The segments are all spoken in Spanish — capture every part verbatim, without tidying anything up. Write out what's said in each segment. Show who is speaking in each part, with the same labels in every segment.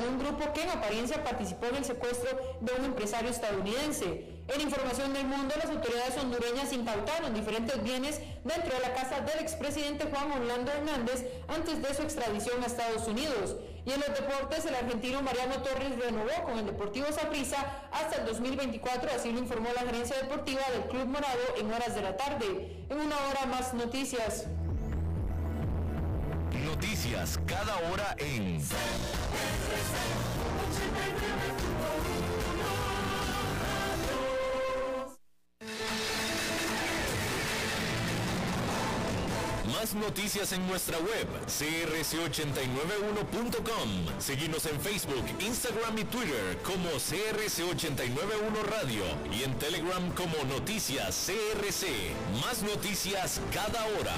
Speaker 1: de un grupo que en apariencia participó en el secuestro de un empresario estadounidense. En información del mundo, las autoridades hondureñas incautaron diferentes bienes dentro de la casa del expresidente Juan Orlando Hernández antes de su extradición a Estados Unidos. Y en los deportes, el argentino Mariano Torres renovó con el Deportivo Saprissa hasta el dos mil veinticuatro, así lo informó la gerencia deportiva del Club Morado en horas de la tarde. En una hora más noticias.
Speaker 2: Noticias cada hora en Más noticias en nuestra web, C R C ochenta y nueve uno punto com. Seguimos en Facebook, Instagram y Twitter como C R C ochenta y nueve uno Radio y en Telegram como Noticias C R C. Más noticias cada hora.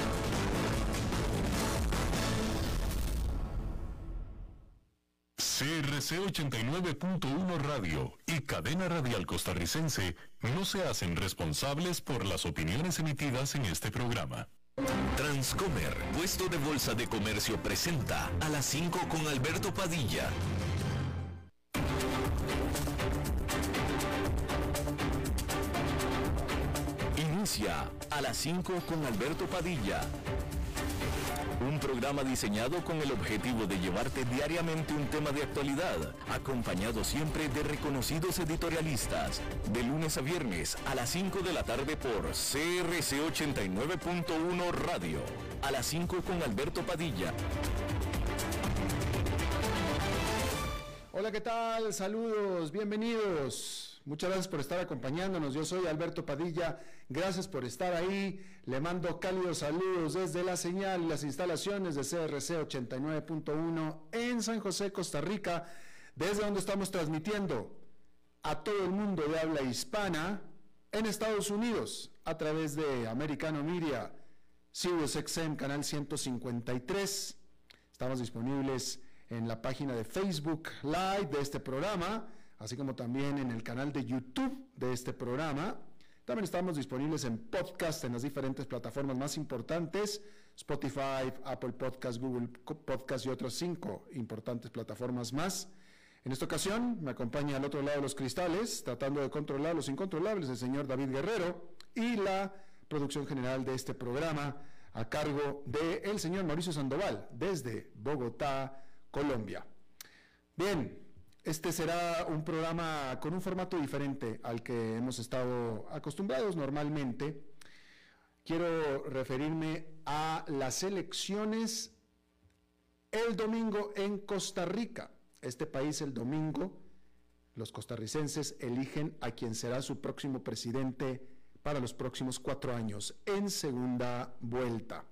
Speaker 2: C R C ochenta y nueve punto uno Radio y Cadena Radial Costarricense no se hacen responsables por las opiniones emitidas en este programa. Transcomer, puesto de bolsa de comercio, presenta a las cinco con Alberto Padilla. Inicia a las cinco con Alberto Padilla. Un programa diseñado con el objetivo de llevarte diariamente un tema de actualidad, acompañado siempre de reconocidos editorialistas, de lunes a viernes a las cinco de la tarde por C R C ochenta y nueve punto uno Radio. A las cinco con Alberto Padilla.
Speaker 3: Hola, ¿qué tal? Saludos, bienvenidos. Muchas gracias por estar acompañándonos. Yo soy Alberto Padilla. Gracias por estar ahí. Le mando cálidos saludos desde la señal y las instalaciones de C R C ochenta y nueve punto uno en San José, Costa Rica, desde donde estamos transmitiendo a todo el mundo de habla hispana en Estados Unidos a través de Americano Media, Sirius X M, canal ciento cincuenta y tres. Estamos disponibles en la página de Facebook Live de este programa, así como también en el canal de YouTube de este programa. También estamos disponibles en podcast en las diferentes plataformas más importantes, Spotify, Apple Podcast, Google Podcast y otras cinco importantes plataformas más. En esta ocasión me acompaña al otro lado de los cristales, tratando de controlar los incontrolables, el señor David Guerrero, y la producción general de este programa a cargo del señor Mauricio Sandoval, desde Bogotá, Colombia. Bien, este será un programa con un formato diferente al que hemos estado acostumbrados normalmente. Quiero referirme a las elecciones el domingo en Costa Rica. Este país el domingo, los costarricenses eligen a quien será su próximo presidente para los próximos cuatro años en segunda vuelta.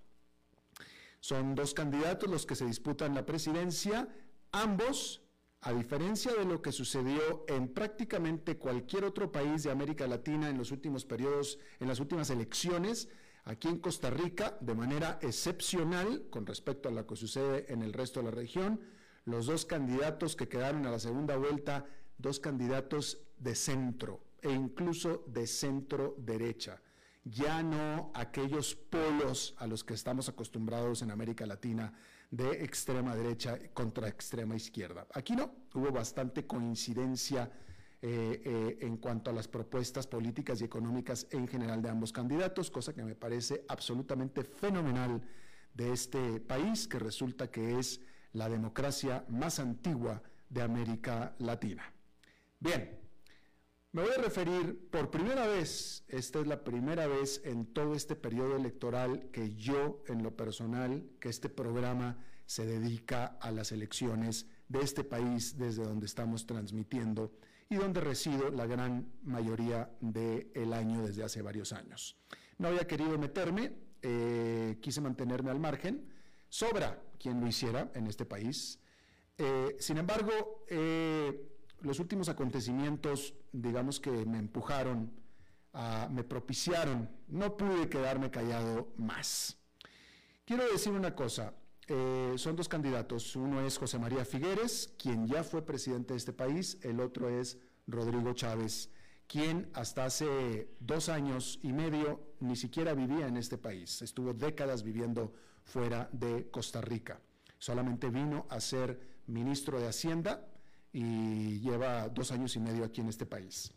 Speaker 3: Son dos candidatos los que se disputan la presidencia, ambos, a diferencia de lo que sucedió en prácticamente cualquier otro país de América Latina en los últimos periodos, en las últimas elecciones, aquí en Costa Rica, de manera excepcional con respecto a lo que sucede en el resto de la región, los dos candidatos que quedaron a la segunda vuelta, dos candidatos de centro e incluso de centro derecha, ya no aquellos polos a los que estamos acostumbrados en América Latina de extrema derecha contra extrema izquierda. Aquí no, hubo bastante coincidencia eh, eh, en cuanto a las propuestas políticas y económicas en general de ambos candidatos, cosa que me parece absolutamente fenomenal de este país, que resulta que es la democracia más antigua de América Latina. Bien, me voy a referir por primera vez, esta es la primera vez en todo este periodo electoral que yo, en lo personal, que este programa se dedica a las elecciones de este país desde donde estamos transmitiendo y donde resido la gran mayoría del año desde hace varios años. No había querido meterme, eh, quise mantenerme al margen, sobra quien lo hiciera en este país. Eh, sin embargo, eh, los últimos acontecimientos, digamos que me empujaron, a, me propiciaron, no pude quedarme callado más. Quiero decir una cosa, eh, son dos candidatos, uno es José María Figueres, quien ya fue presidente de este país, el otro es Rodrigo Chávez, quien hasta hace dos años y medio ni siquiera vivía en este país, estuvo décadas viviendo fuera de Costa Rica, solamente vino a ser ministro de Hacienda y lleva dos años y medio aquí en este país.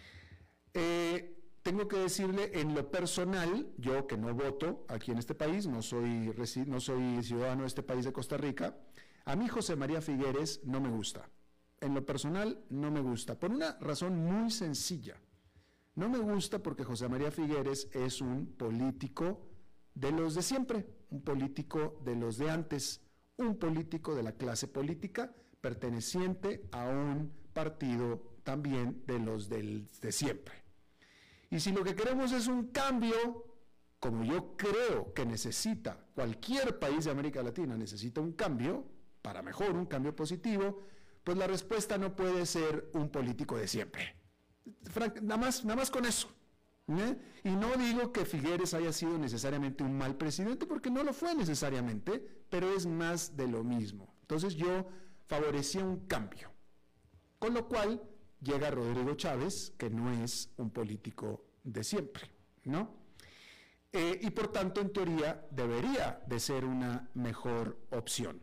Speaker 3: Eh, tengo que decirle, en lo personal, yo que no voto aquí en este país, no soy, no soy ciudadano de este país de Costa Rica, a mí José María Figueres no me gusta. En lo personal no me gusta, por una razón muy sencilla. No me gusta porque José María Figueres es un político de los de siempre, un político de los de antes, un político de la clase política perteneciente a un partido también de los del, de siempre. Y si lo que queremos es un cambio, como yo creo que necesita cualquier país de América Latina, necesita un cambio, para mejor, un cambio positivo, pues la respuesta no puede ser un político de siempre. Frank, nada más, nada más con eso. ¿eh? Y no digo que Figueres haya sido necesariamente un mal presidente, porque no lo fue necesariamente, pero es más de lo mismo. Entonces yo favorecía un cambio. Con lo cual llega Rodrigo Chávez, que no es un político de siempre, ¿no? Eh, y por tanto, en teoría, debería de ser una mejor opción.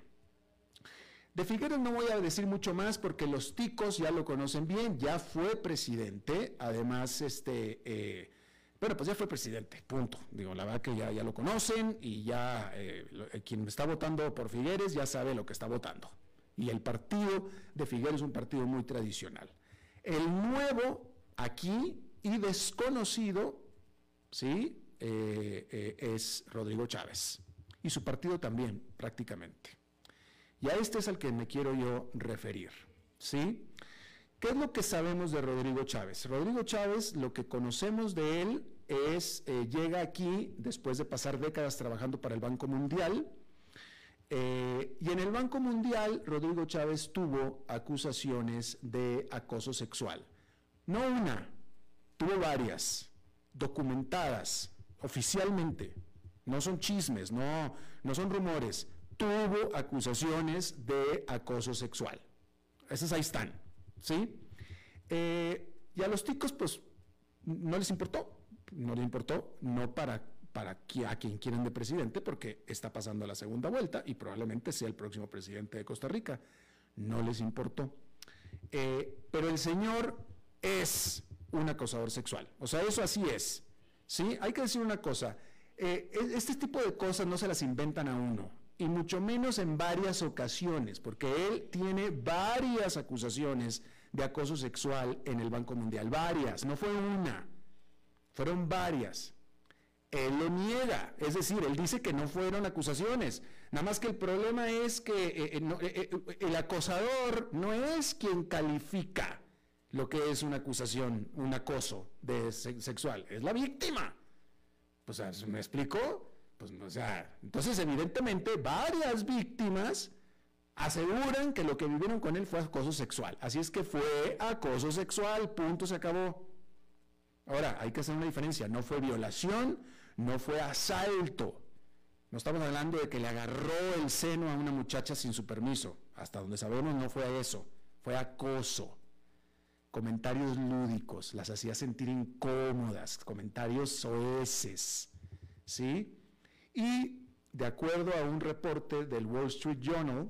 Speaker 3: De Figueres no voy a decir mucho más porque los ticos ya lo conocen bien, ya fue presidente, además, este, eh, bueno, pues ya fue presidente, punto. Digo, la verdad que ya, ya lo conocen y ya eh, quien está votando por Figueres ya sabe lo que está votando. Y el partido de Figueres es un partido muy tradicional. El nuevo aquí y desconocido, ¿sí? Eh, eh, es Rodrigo Chávez. Y su partido también, prácticamente. Y a este es al que me quiero yo referir, ¿sí? ¿Qué es lo que sabemos de Rodrigo Chávez? Rodrigo Chávez, lo que conocemos de él es, eh, llega aquí después de pasar décadas trabajando para el Banco Mundial, eh, y en el Banco Mundial Rodrigo Chávez tuvo acusaciones de acoso sexual. No una, tuvo varias, documentadas, oficialmente, no son chismes, no, no son rumores. Tuvo acusaciones de acoso sexual. Esas ahí están, ¿sí? Eh, y a los ticos, pues, no les importó, no les importó, no para, para que, a quien quieren de presidente, porque está pasando la segunda vuelta y probablemente sea el próximo presidente de Costa Rica. No les importó. Eh, pero el señor es un acosador sexual, o sea, eso así es, ¿sí? Hay que decir una cosa, eh, este tipo de cosas no se las inventan a uno, y mucho menos en varias ocasiones, porque él tiene varias acusaciones de acoso sexual en el Banco Mundial, varias, no fue una, fueron varias. Él lo niega, es decir, él dice que no fueron acusaciones, nada más que el problema es que eh, eh, no, eh, eh, el acosador no es quien califica lo que es una acusación, un acoso de se sexual, es la víctima. Pues, ¿me explico? Pues, o sea, entonces evidentemente varias víctimas aseguran que lo que vivieron con él fue acoso sexual. Así es que fue acoso sexual, punto, se acabó. Ahora, hay que hacer una diferencia, no fue violación, no fue asalto. No estamos hablando de que le agarró el seno a una muchacha sin su permiso. Hasta donde sabemos no fue eso, fue acoso. Comentarios lúdicos, las hacía sentir incómodas, comentarios soeces, ¿sí? Y de acuerdo a un reporte del Wall Street Journal,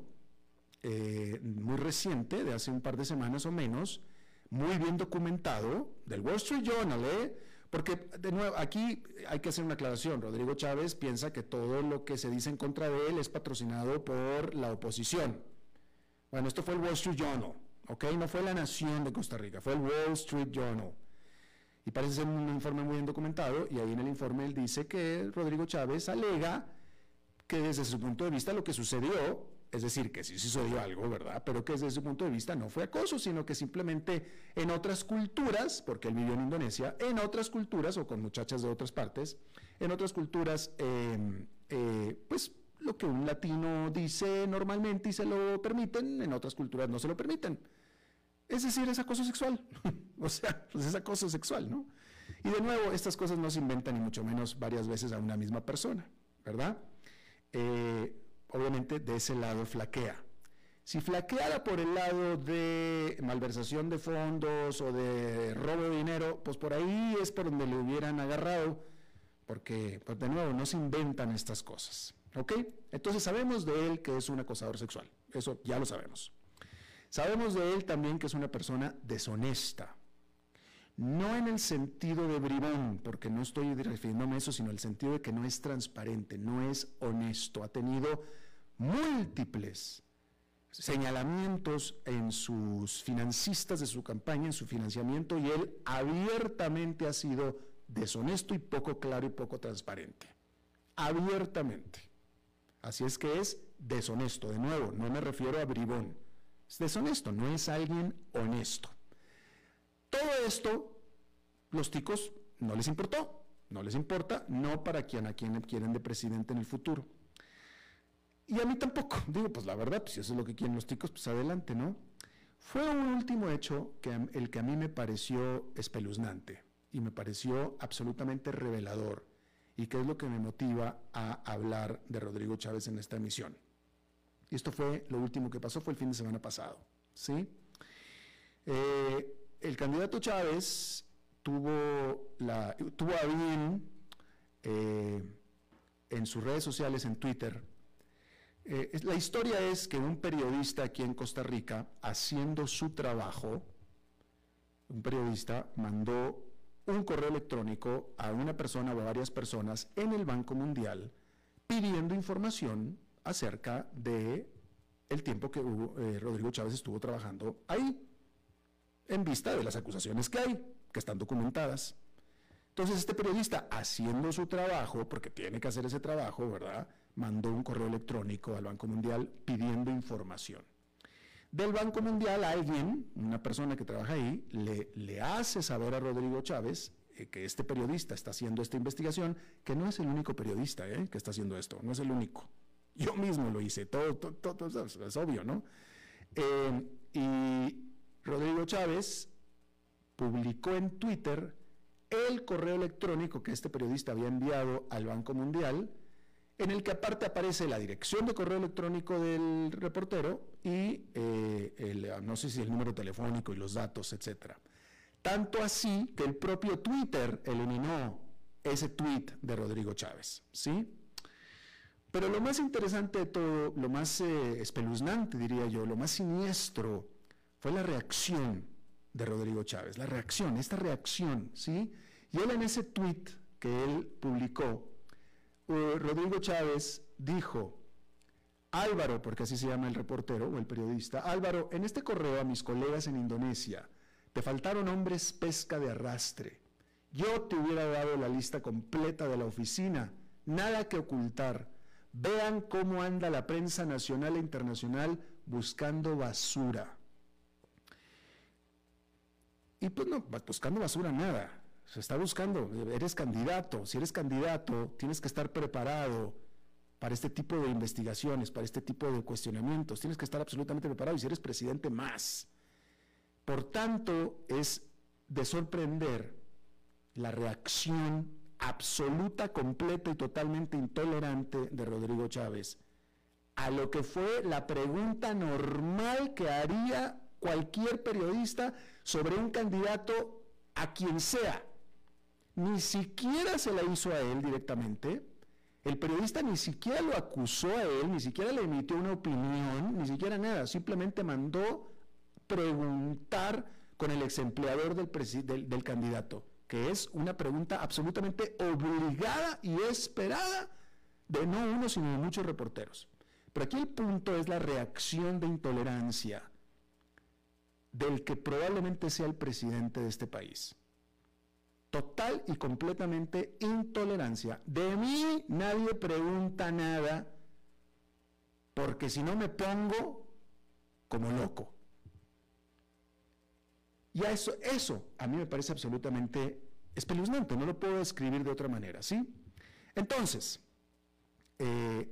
Speaker 3: eh, muy reciente, de hace un par de semanas o menos, muy bien documentado, del Wall Street Journal, ¿eh? Porque, de nuevo, aquí hay que hacer una aclaración. Rodrigo Chávez piensa que todo lo que se dice en contra de él es patrocinado por la oposición. Bueno, esto fue el Wall Street Journal, ¿ok? No fue La Nación de Costa Rica, fue el Wall Street Journal. Y parece ser un informe muy bien documentado, y ahí en el informe él dice que Rodrigo Chávez alega que desde su punto de vista lo que sucedió, es decir, que sí sucedió algo, ¿verdad? Pero que desde su punto de vista no fue acoso, sino que simplemente en otras culturas, porque él vivió en Indonesia, en otras culturas, o con muchachas de otras partes, en otras culturas, eh, eh, pues lo que un latino dice normalmente y se lo permiten, en otras culturas no se lo permiten. Es decir, es acoso sexual, o sea, pues es acoso sexual, ¿no? Y de nuevo, estas cosas no se inventan, ni mucho menos varias veces a una misma persona, ¿verdad? Eh, obviamente de ese lado flaquea. Si flaqueara por el lado de malversación de fondos o de robo de dinero, pues por ahí es por donde le hubieran agarrado, porque, pues de nuevo, no se inventan estas cosas, ¿ok? Entonces sabemos de él que es un acosador sexual, eso ya lo sabemos. Sabemos de él también que es una persona deshonesta. No en el sentido de bribón, porque no estoy refiriéndome a eso, sino en el sentido de que no es transparente, no es honesto. Ha tenido múltiples señalamientos en sus financistas de su campaña, en su financiamiento, y él abiertamente ha sido deshonesto y poco claro y poco transparente. Abiertamente. Así es que es deshonesto. De nuevo, no me refiero a bribón. Es deshonesto, no es alguien honesto. Todo esto, los ticos no les importó, no les importa, no para quien a quien quieren de presidente en el futuro. Y a mí tampoco, digo, pues la verdad, pues si eso es lo que quieren los ticos, pues adelante, ¿no? Fue un último hecho que el que a mí me pareció espeluznante y me pareció absolutamente revelador y que es lo que me motiva a hablar de Rodrigo Chávez en esta emisión. Y esto fue lo último que pasó, fue el fin de semana pasado, ¿sí? Eh... El candidato Chávez tuvo, la, tuvo a bien eh, en sus redes sociales, en Twitter. Eh, es, la historia es que un periodista aquí en Costa Rica, haciendo su trabajo, un periodista mandó un correo electrónico a una persona o a varias personas en el Banco Mundial pidiendo información acerca de el tiempo que hubo, eh, Rodrigo Chávez estuvo trabajando ahí, en vista de las acusaciones que hay, que están documentadas. Entonces este periodista, haciendo su trabajo, porque tiene que hacer ese trabajo, ¿verdad?, mandó un correo electrónico al Banco Mundial pidiendo información. Del Banco Mundial, alguien, una persona que trabaja ahí, le, le hace saber a Rodrigo Chávez eh, que este periodista está haciendo esta investigación, que no es el único periodista eh, que está haciendo esto, no es el único. Yo mismo lo hice, todo, todo, todo, todo es obvio, ¿no? Eh, y Rodrigo Chávez publicó en Twitter el correo electrónico que este periodista había enviado al Banco Mundial, en el que aparte aparece la dirección de correo electrónico del reportero y eh, el, no sé si el número telefónico y los datos, etcétera. Tanto así que el propio Twitter eliminó ese tweet de Rodrigo Chávez, ¿sí? Pero lo más interesante de todo, lo más eh, espeluznante, diría yo, lo más siniestro, fue la reacción de Rodrigo Chávez, la reacción, esta reacción, ¿sí? Y él en ese tuit que él publicó, uh, Rodrigo Chávez dijo, Álvaro, porque así se llama el reportero o el periodista, Álvaro, en este correo a mis colegas en Indonesia, te faltaron hombres pesca de arrastre. Yo te hubiera dado la lista completa de la oficina, nada que ocultar. Vean cómo anda la prensa nacional e internacional buscando basura. Y pues no, buscando basura nada, se está buscando, eres candidato, si eres candidato tienes que estar preparado para este tipo de investigaciones, para este tipo de cuestionamientos, tienes que estar absolutamente preparado y si eres presidente más. Por tanto, es de sorprender la reacción absoluta, completa y totalmente intolerante de Rodrigo Chávez a lo que fue la pregunta normal que haría cualquier periodista sobre un candidato a quien sea. Ni siquiera se la hizo a él directamente, el periodista ni siquiera lo acusó a él, ni siquiera le emitió una opinión, ni siquiera nada, simplemente mandó preguntar con el ex empleador del, del, del candidato, que es una pregunta absolutamente obligada y esperada de no uno sino de muchos reporteros. Pero aquí el punto es la reacción de intolerancia del que probablemente sea el presidente de este país. Total y completamente intolerancia. De mí nadie pregunta nada, porque si no me pongo como loco. Y a eso, eso a mí me parece absolutamente espeluznante, no lo puedo describir de otra manera, ¿sí? Entonces, eh,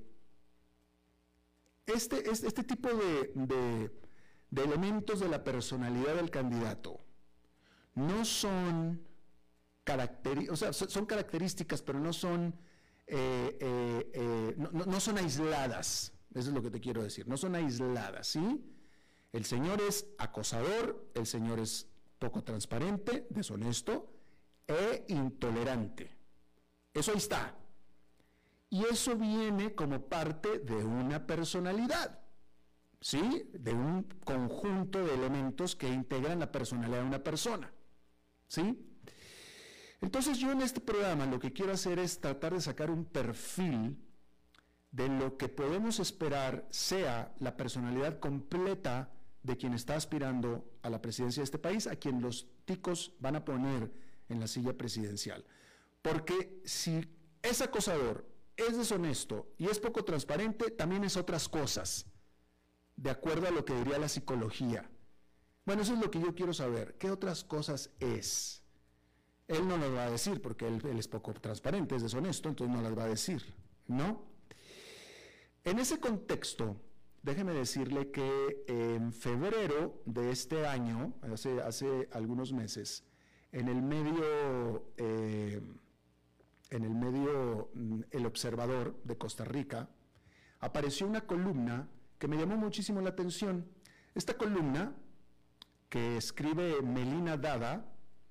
Speaker 3: este, este, este tipo de... de de elementos de la personalidad del candidato no son características, o sea, son, son características, pero no son, eh, eh, eh, no, no, no son aisladas, eso es lo que te quiero decir, no son aisladas, ¿sí? El señor es acosador, el señor es poco transparente, deshonesto e intolerante. Eso ahí está. Y eso viene como parte de una personalidad. ¿sí? De un conjunto de elementos que integran la personalidad de una persona, ¿sí? Entonces yo en este programa lo que quiero hacer es tratar de sacar un perfil de lo que podemos esperar sea la personalidad completa de quien está aspirando a la presidencia de este país, a quien los ticos van a poner en la silla presidencial. Porque si es acosador, es deshonesto y es poco transparente, también es otras cosas, de acuerdo a lo que diría la psicología. Bueno, eso es lo que yo quiero saber. ¿Qué otras cosas es? Él no las va a decir porque él, él es poco transparente, es deshonesto, entonces no las va a decir, ¿no? En ese contexto, déjeme decirle que en febrero de este año, hace, hace algunos meses, en el medio, eh, en el medio El Observador de Costa Rica, apareció una columna que me llamó muchísimo la atención. Esta columna, que escribe Melina Dada,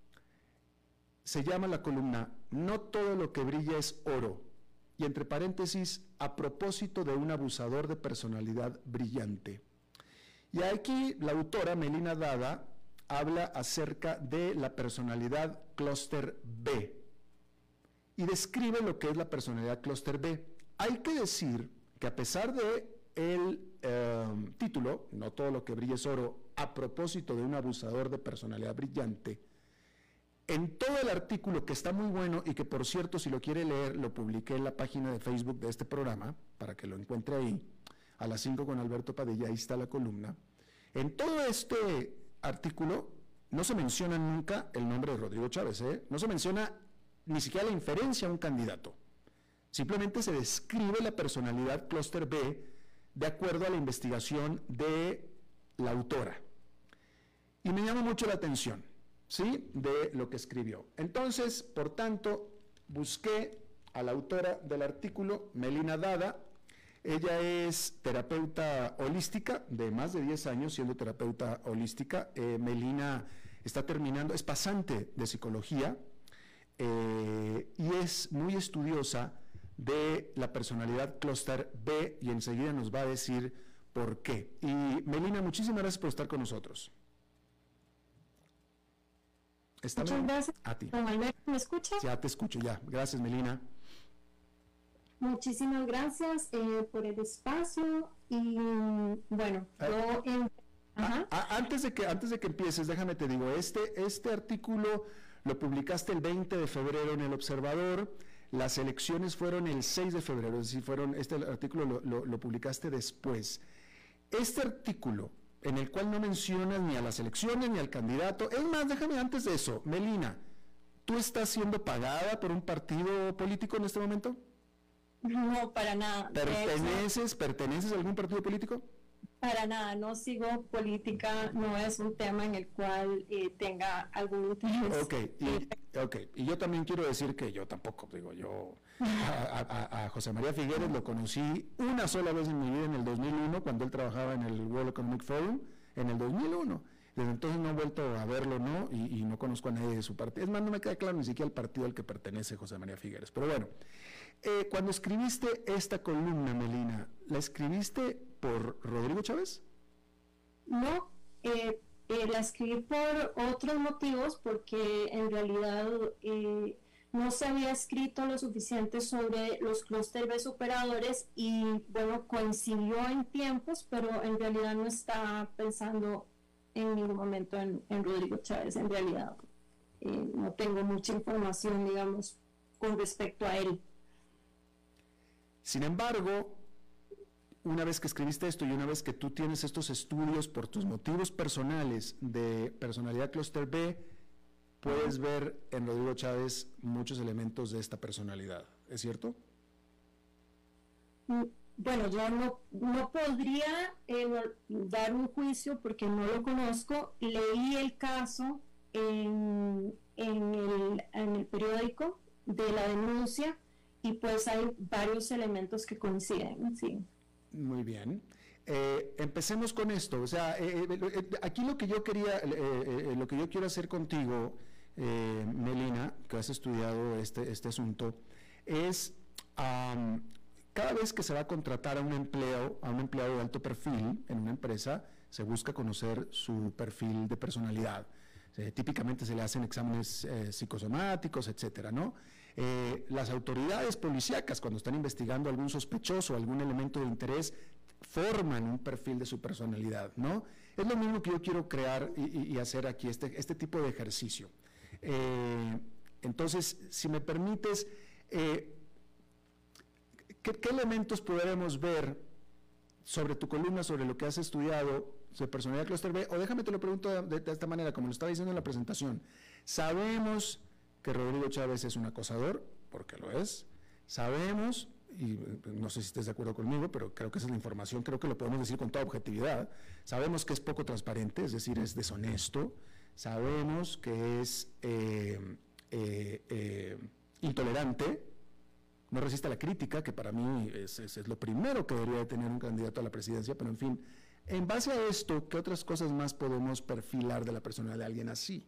Speaker 3: se llama la columna "No todo lo que brilla es oro", y entre paréntesis, a propósito de un abusador de personalidad brillante. Y aquí la autora, Melina Dada, habla acerca de la personalidad clúster B y describe lo que es la personalidad clúster B. Hay que decir que a pesar de el eh, título, "No todo lo que brilla es oro", a propósito de un abusador de personalidad brillante, en todo el artículo, que está muy bueno y que, por cierto, si lo quiere leer, lo publiqué en la página de Facebook de este programa, para que lo encuentre ahí, a las cinco con Alberto Padilla, ahí está la columna. En todo este artículo no se menciona nunca el nombre de Rodrigo Chávez, ¿eh? No se menciona ni siquiera la inferencia a un candidato. Simplemente se describe la personalidad clúster B de acuerdo a la investigación de la autora. Y me llama mucho la atención, ¿sí?, de lo que escribió. Entonces, por tanto, busqué a la autora del artículo, Melina Dada. Ella es terapeuta holística de más de diez años siendo terapeuta holística. Eh, Melina está terminando, es pasante de psicología eh, y es muy estudiosa de la personalidad clúster B, y enseguida nos va a decir por qué. Y Melina, muchísimas gracias por estar con nosotros.
Speaker 4: ¿Está Muchas bien? Gracias.
Speaker 3: A ti.
Speaker 4: Don Alberto, ¿me escuchas?
Speaker 3: Ya te escucho, ya. Gracias, Melina.
Speaker 4: Muchísimas gracias eh, por el espacio y bueno, eh, yo... En...
Speaker 3: Ajá. A, a, antes, de que, antes de que empieces, déjame te digo, este, este artículo lo publicaste el veinte de febrero en El Observador, las elecciones fueron el seis de febrero, es decir, fueron, este artículo lo, lo, lo publicaste después. Este artículo, en el cual no mencionas ni a las elecciones ni al candidato, es más, déjame antes de eso, Melina, ¿tú estás siendo pagada por un partido político en este momento?
Speaker 4: No, para nada.
Speaker 3: ¿Perteneces, ¿perteneces a algún partido político?
Speaker 4: Para nada, no sigo política, no es un tema en el cual eh, tenga algún interés.
Speaker 3: Ok, y, okay. y yo también quiero decir que yo tampoco, digo, yo a, a, a José María Figueres lo conocí una sola vez en mi vida en el dos mil uno, cuando él trabajaba en el World Economic Forum, en el dos mil uno. Desde entonces no he vuelto a verlo, ¿no? Y, y no conozco a nadie de su partido. Es más, no me queda claro ni siquiera el partido al que pertenece José María Figueres. Pero bueno, eh, cuando escribiste esta columna, Melina, ¿la escribiste por Rodrigo Chávez?
Speaker 4: No, eh, eh, la escribí por otros motivos, porque en realidad eh, no se había escrito lo suficiente sobre los clúster B superadores y, bueno, coincidió en tiempos, pero en realidad no estaba pensando en ningún momento en, en Rodrigo Chávez. En realidad eh, no tengo mucha información, digamos, con respecto a él.
Speaker 3: Sin embargo, una vez que escribiste esto y una vez que tú tienes estos estudios por tus motivos personales de personalidad clúster B, puedes ver en Rodrigo Chávez muchos elementos de esta personalidad, ¿es cierto?
Speaker 4: Bueno, yo no, no podría eh, dar un juicio porque no lo conozco. Leí el caso en, en, el, en el periódico de la denuncia y pues hay varios elementos que coinciden, sí.
Speaker 3: Muy bien. Eh, empecemos con esto. O sea, eh, eh, aquí lo que yo quería, eh, eh, lo que yo quiero hacer contigo, eh, Melina, que has estudiado este, este asunto, es... Um, cada vez que se va a contratar a un empleo, a un empleado de alto perfil en una empresa, se busca conocer su perfil de personalidad. Eh, típicamente se le hacen exámenes eh, psicosomáticos, etcétera, ¿no? Eh, las autoridades policíacas, cuando están investigando algún sospechoso, algún elemento de interés, forman un perfil de su personalidad, ¿no? Es lo mismo que yo quiero crear y, y hacer aquí, este, este tipo de ejercicio. Eh, entonces, si me permites, eh, ¿qué, ¿qué elementos podremos ver sobre tu columna, sobre lo que has estudiado de personalidad clúster B? O déjame te lo pregunto de, de esta manera, como lo estaba diciendo en la presentación. Sabemos que Rodrigo Chávez es un acosador, porque lo es. Sabemos, y no sé si estés de acuerdo conmigo, pero creo que esa es la información, creo que lo podemos decir con toda objetividad. Sabemos que es poco transparente, es decir, es deshonesto. Sabemos que es eh, eh, eh, intolerante, no resiste a la crítica, que para mí es, es, es lo primero que debería de tener un candidato a la presidencia, pero en fin, en base a esto, ¿qué otras cosas más podemos perfilar de la personalidad de alguien así?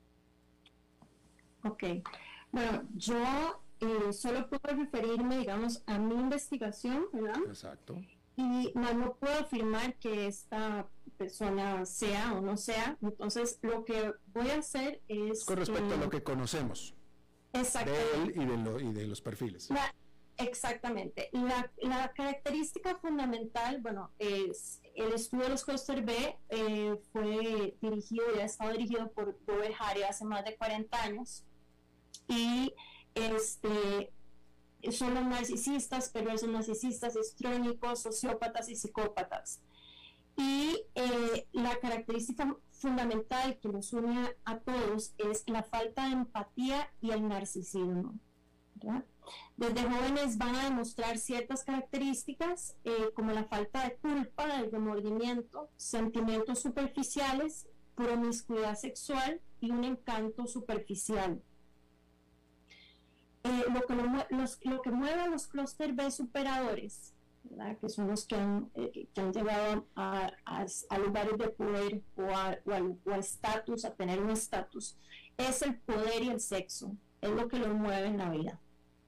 Speaker 4: Ok, bueno, yo eh, solo puedo referirme, digamos, a mi investigación, ¿verdad?
Speaker 3: Exacto.
Speaker 4: Y no, no puedo afirmar que esta persona sea o no sea, entonces lo que voy a hacer es...
Speaker 3: Con respecto
Speaker 4: eh,
Speaker 3: a lo que conocemos.
Speaker 4: Exactamente.
Speaker 3: De él y de, lo, y de los perfiles.
Speaker 4: La, exactamente. La, la característica fundamental, bueno, es el estudio de los clúster B eh, fue dirigido y ha estado dirigido por Robert Harry hace más de cuarenta años. Y este, son los narcisistas, perversos narcisistas, histrónicos, sociópatas y psicópatas. Y eh, la característica fundamental que nos une a todos es la falta de empatía y el narcisismo, ¿verdad? Desde jóvenes van a demostrar ciertas características eh, como la falta de culpa, el remordimiento, sentimientos superficiales, promiscuidad sexual y un encanto superficial. Eh, lo, que lo, los, lo que mueve a los clúster B superadores, ¿verdad? Que son los que han, eh, que han llegado a, a, a lugares de poder o a estatus, a, a, a tener un estatus, es el poder y el sexo, es lo que los mueve en la vida.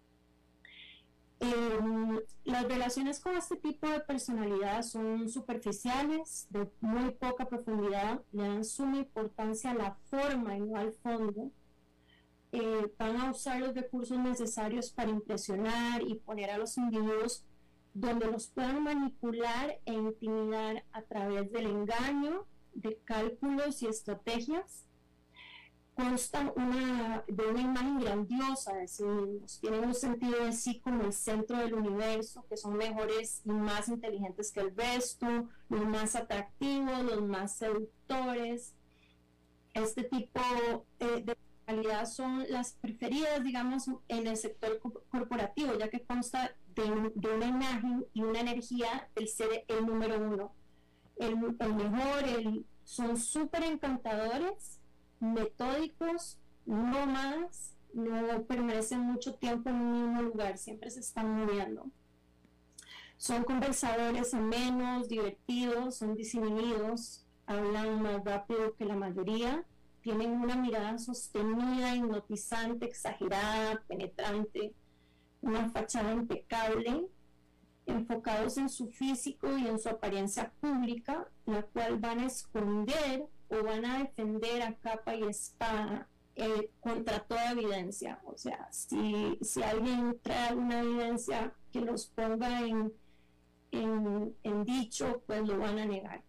Speaker 4: Eh, las relaciones con este tipo de personalidad son superficiales, de muy poca profundidad, le dan suma importancia a la forma y no al fondo. Eh, van a usar los recursos necesarios para impresionar y poner a los individuos donde los puedan manipular e intimidar a través del engaño, de cálculos y estrategias. Constan una, de una imagen grandiosa de sí mismos, tienen un sentido de sí como el centro del universo, que son mejores y más inteligentes que el resto, los más atractivos, los más seductores. Este tipo eh, de realidad son las preferidas, digamos, en el sector co corporativo, ya que consta de, un, de una imagen y una energía del ser el número uno, el, el mejor, el, son súper encantadores, metódicos, nómadas, no permanecen mucho tiempo en un mismo lugar, siempre se están moviendo. Son conversadores amenos, divertidos, son desinhibidos, hablan más rápido que la mayoría, tienen una mirada sostenida, hipnotizante, exagerada, penetrante, una fachada impecable, enfocados en su físico y en su apariencia pública, la cual van a esconder o van a defender a capa y espada eh, contra toda evidencia. O sea, si, si alguien trae alguna evidencia que los ponga en, en, en dicho, pues lo van a negar.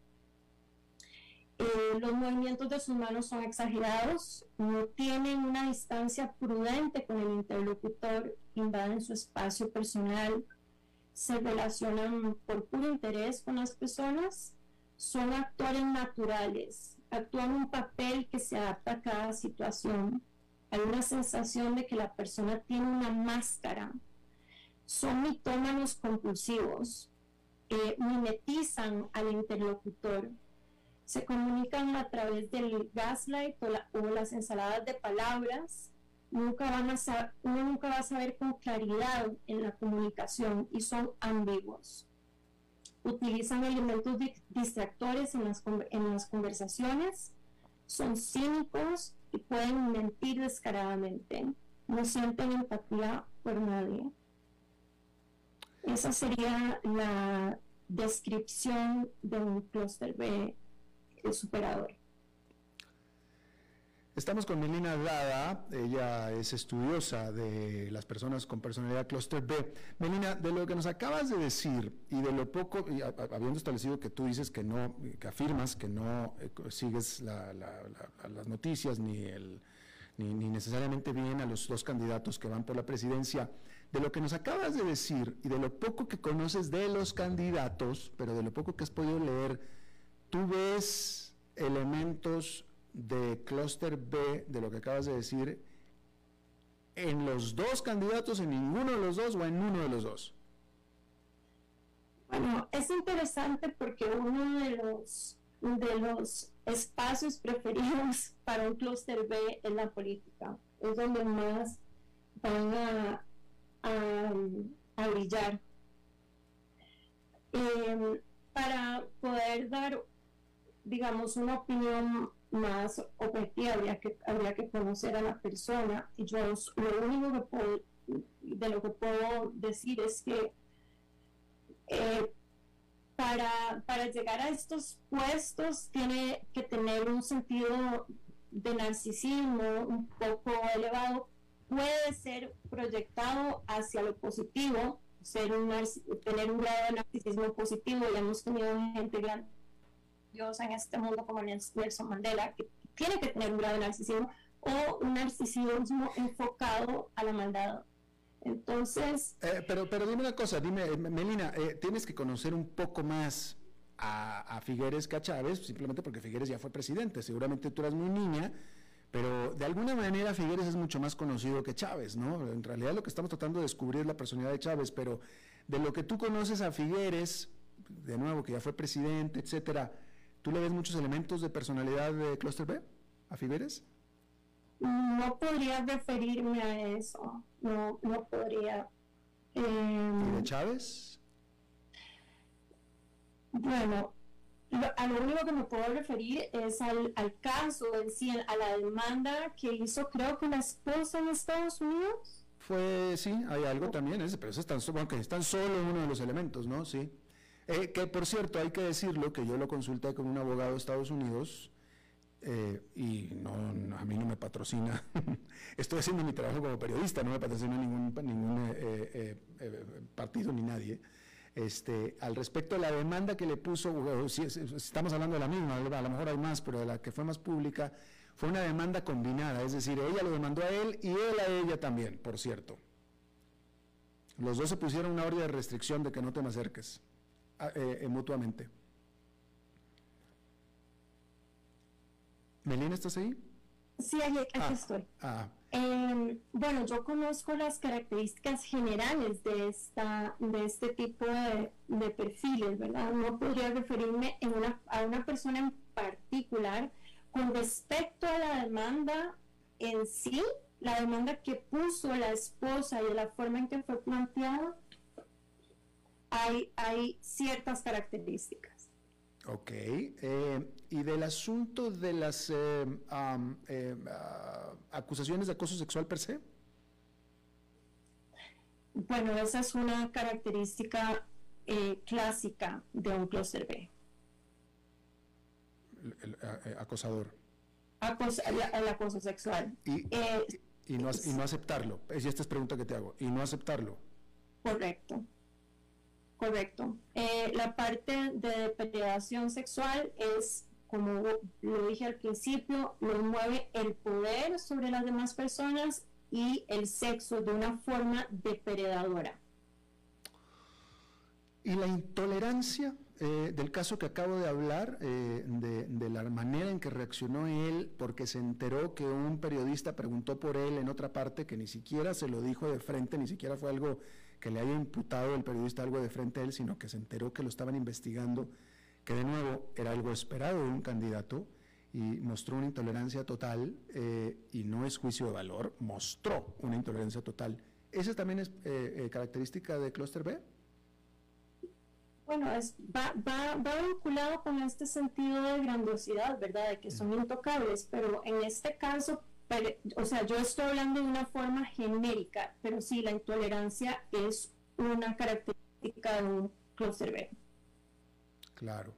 Speaker 4: Eh, los movimientos de sus manos son exagerados, no tienen una distancia prudente con el interlocutor, invaden su espacio personal, se relacionan por puro interés con las personas, son actores naturales, actúan un papel que se adapta a cada situación. Hay una sensación de que la persona tiene una máscara. Son mitómanos compulsivos, eh, mimetizan al interlocutor, se comunican a través del gaslight o, la, o las ensaladas de palabras. Nunca van a saber, uno nunca va a saber con claridad en la comunicación y son ambiguos. Utilizan elementos distractores en las, en las conversaciones, son cínicos y pueden mentir descaradamente, no sienten empatía por nadie. Esa sería la descripción de un clúster B superador.
Speaker 3: Estamos con Melina Dada, ella es estudiosa de las personas con personalidad clúster B. Melina, de lo que nos acabas de decir y de lo poco, y a, habiendo establecido que tú dices que no, que afirmas que no eh, sigues la, la, la, las noticias ni, el, ni, ni necesariamente bien a los dos candidatos que van por la presidencia, de lo que nos acabas de decir y de lo poco que conoces de los candidatos, pero de lo poco que has podido leer, ¿tú ves elementos de clúster B, de lo que acabas de decir, en los dos candidatos, en ninguno de los dos o en uno de los dos?
Speaker 4: Bueno, es interesante porque uno de los, de los espacios preferidos para un clúster B es la política. Es donde más van a, a, a brillar. Eh, para poder dar, digamos, una opinión más objetiva, habría que, habría que conocer a la persona. Y yo lo único que puedo, de lo que puedo decir es que eh, para, para llegar a estos puestos tiene que tener un sentido de narcisismo un poco elevado. Puede ser proyectado hacia lo positivo, ser un, tener un grado de narcisismo positivo. Ya hemos tenido gente grande en este mundo como Nelson Mandela, que tiene que tener un grado de narcisismo o un narcisismo enfocado a la maldad. Entonces...
Speaker 3: Eh, pero, pero dime una cosa, dime, Melina, eh, tienes que conocer un poco más a, a Figueres que a Chávez, simplemente porque Figueres ya fue presidente. Seguramente tú eras muy niña, pero de alguna manera Figueres es mucho más conocido que Chávez, ¿no? En realidad lo que estamos tratando de descubrir es la personalidad de Chávez, pero de lo que tú conoces a Figueres, de nuevo, que ya fue presidente, etcétera, ¿tú le ves muchos elementos de personalidad de clúster B a Figueres?
Speaker 4: No podría referirme a eso, no, no podría. Eh,
Speaker 3: ¿Y de Chávez?
Speaker 4: Bueno, lo, a lo único que me puedo referir es al, al caso en sí, a la demanda que hizo, creo que la esposa en Estados Unidos.
Speaker 3: Fue, sí, hay algo también, ese, pero eso es tan, bueno, que es tan solo uno de los elementos, ¿no? Sí. Eh, que por cierto, hay que decirlo, que yo lo consulté con un abogado de Estados Unidos eh, y no, no, a mí no me patrocina. Estoy haciendo mi trabajo como periodista, no me patrocina ningún, ningún eh, eh, eh, partido ni nadie. Este, al respecto de la demanda que le puso, si, si estamos hablando de la misma, a lo mejor hay más, pero de la que fue más pública, fue una demanda combinada, es decir, ella lo demandó a él y él a ella también, por cierto. Los dos se pusieron una orden de restricción de que no te me acerques. Eh, eh, mutuamente. ¿Melina, estás ahí?
Speaker 4: Sí, aquí, aquí ah, estoy.
Speaker 3: Ah.
Speaker 4: Eh, bueno, yo conozco las características generales de, esta, de este tipo de, de perfiles, ¿verdad? No podría referirme en una, a una persona en particular. Con respecto a la demanda en sí, la demanda que puso la esposa y de la forma en que fue planteada, Hay, hay ciertas características.
Speaker 3: Ok. Eh, y del asunto de las eh, um, eh, uh, acusaciones de acoso sexual per se.
Speaker 4: Bueno, esa es una característica eh, clásica de un clúster B.
Speaker 3: El, el, el acosador.
Speaker 4: Acos, el, el acoso sexual.
Speaker 3: Y, eh, y, no, y no aceptarlo. Y esta es pregunta que te hago. Y no aceptarlo.
Speaker 4: Correcto. Correcto. Eh, la parte de depredación sexual es, como lo dije al principio, lo mueve el poder sobre las demás personas y el sexo de una forma depredadora.
Speaker 3: Y la intolerancia eh, del caso que acabo de hablar, eh, de, de la manera en que reaccionó él, porque se enteró que un periodista preguntó por él en otra parte, que ni siquiera se lo dijo de frente, ni siquiera fue algo que le haya imputado el periodista algo de frente a él, sino que se enteró que lo estaban investigando, que de nuevo era algo esperado de un candidato, y mostró una intolerancia total, eh, y no es juicio de valor, mostró una intolerancia total. ¿Esa también es eh, eh, característica de clúster B?
Speaker 4: Bueno, es, va, va, va vinculado con este sentido de grandiosidad, ¿verdad? De que son intocables, pero en este caso, pero, o sea, yo estoy hablando de una forma genérica, pero sí, la intolerancia es una característica característica de un clúster B.
Speaker 3: Claro.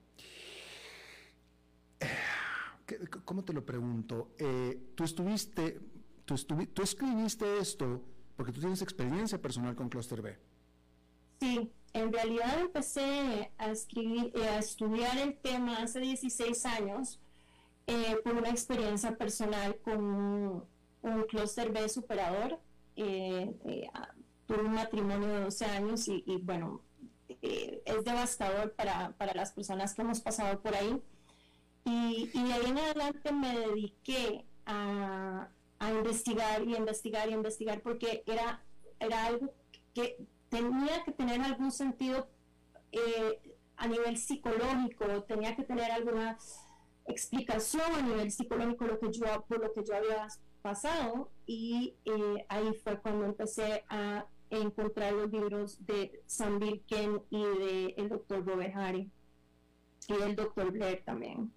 Speaker 3: ¿Cómo te lo pregunto? Eh, tú estuviste, tú, estuvi, tú escribiste esto porque tú tienes experiencia personal con clúster B.
Speaker 4: Sí, en realidad empecé a escribir, eh, a estudiar el tema hace dieciséis años eh, por una experiencia personal con un, un clúster B superador. Eh, eh, tuve un matrimonio de doce años y, y bueno, eh, es devastador para, para las personas que hemos pasado por ahí. Y, y de ahí en adelante me dediqué a, a investigar y investigar y investigar porque era, era algo que tenía que tener algún sentido eh, a nivel psicológico, tenía que tener alguna explicación a nivel psicológico lo que yo, por lo que yo había pasado, y eh, ahí fue cuando empecé a encontrar los libros de Sam Birken y del doctor Robert Harry y del doctor Blair también.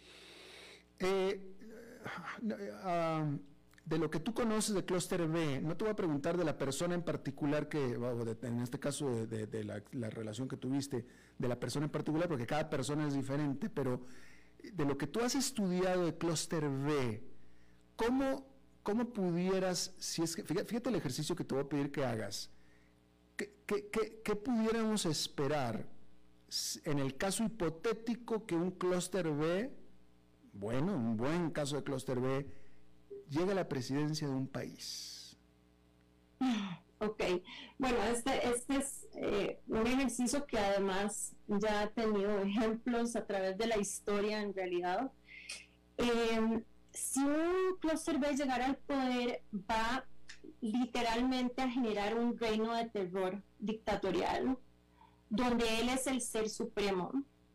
Speaker 3: Eh, uh, de lo que tú conoces de clúster B, no te voy a preguntar de la persona en particular que, o de, en este caso de, de, de la, la relación que tuviste, de la persona en particular, porque cada persona es diferente, pero de lo que tú has estudiado de clúster B, ¿cómo, cómo pudieras, si es que, fíjate, fíjate el ejercicio que te voy a pedir que hagas, ¿qué, qué, qué, qué pudiéramos esperar en el caso hipotético que un clúster B, bueno, un buen caso de clúster B, llega a la presidencia de un país?
Speaker 4: Ok, bueno, este, este es eh, un ejercicio que además ya ha tenido ejemplos a través de la historia en realidad. Eh, si un clúster B llegara al poder, va literalmente a generar un reino de terror dictatorial, donde él es el ser supremo,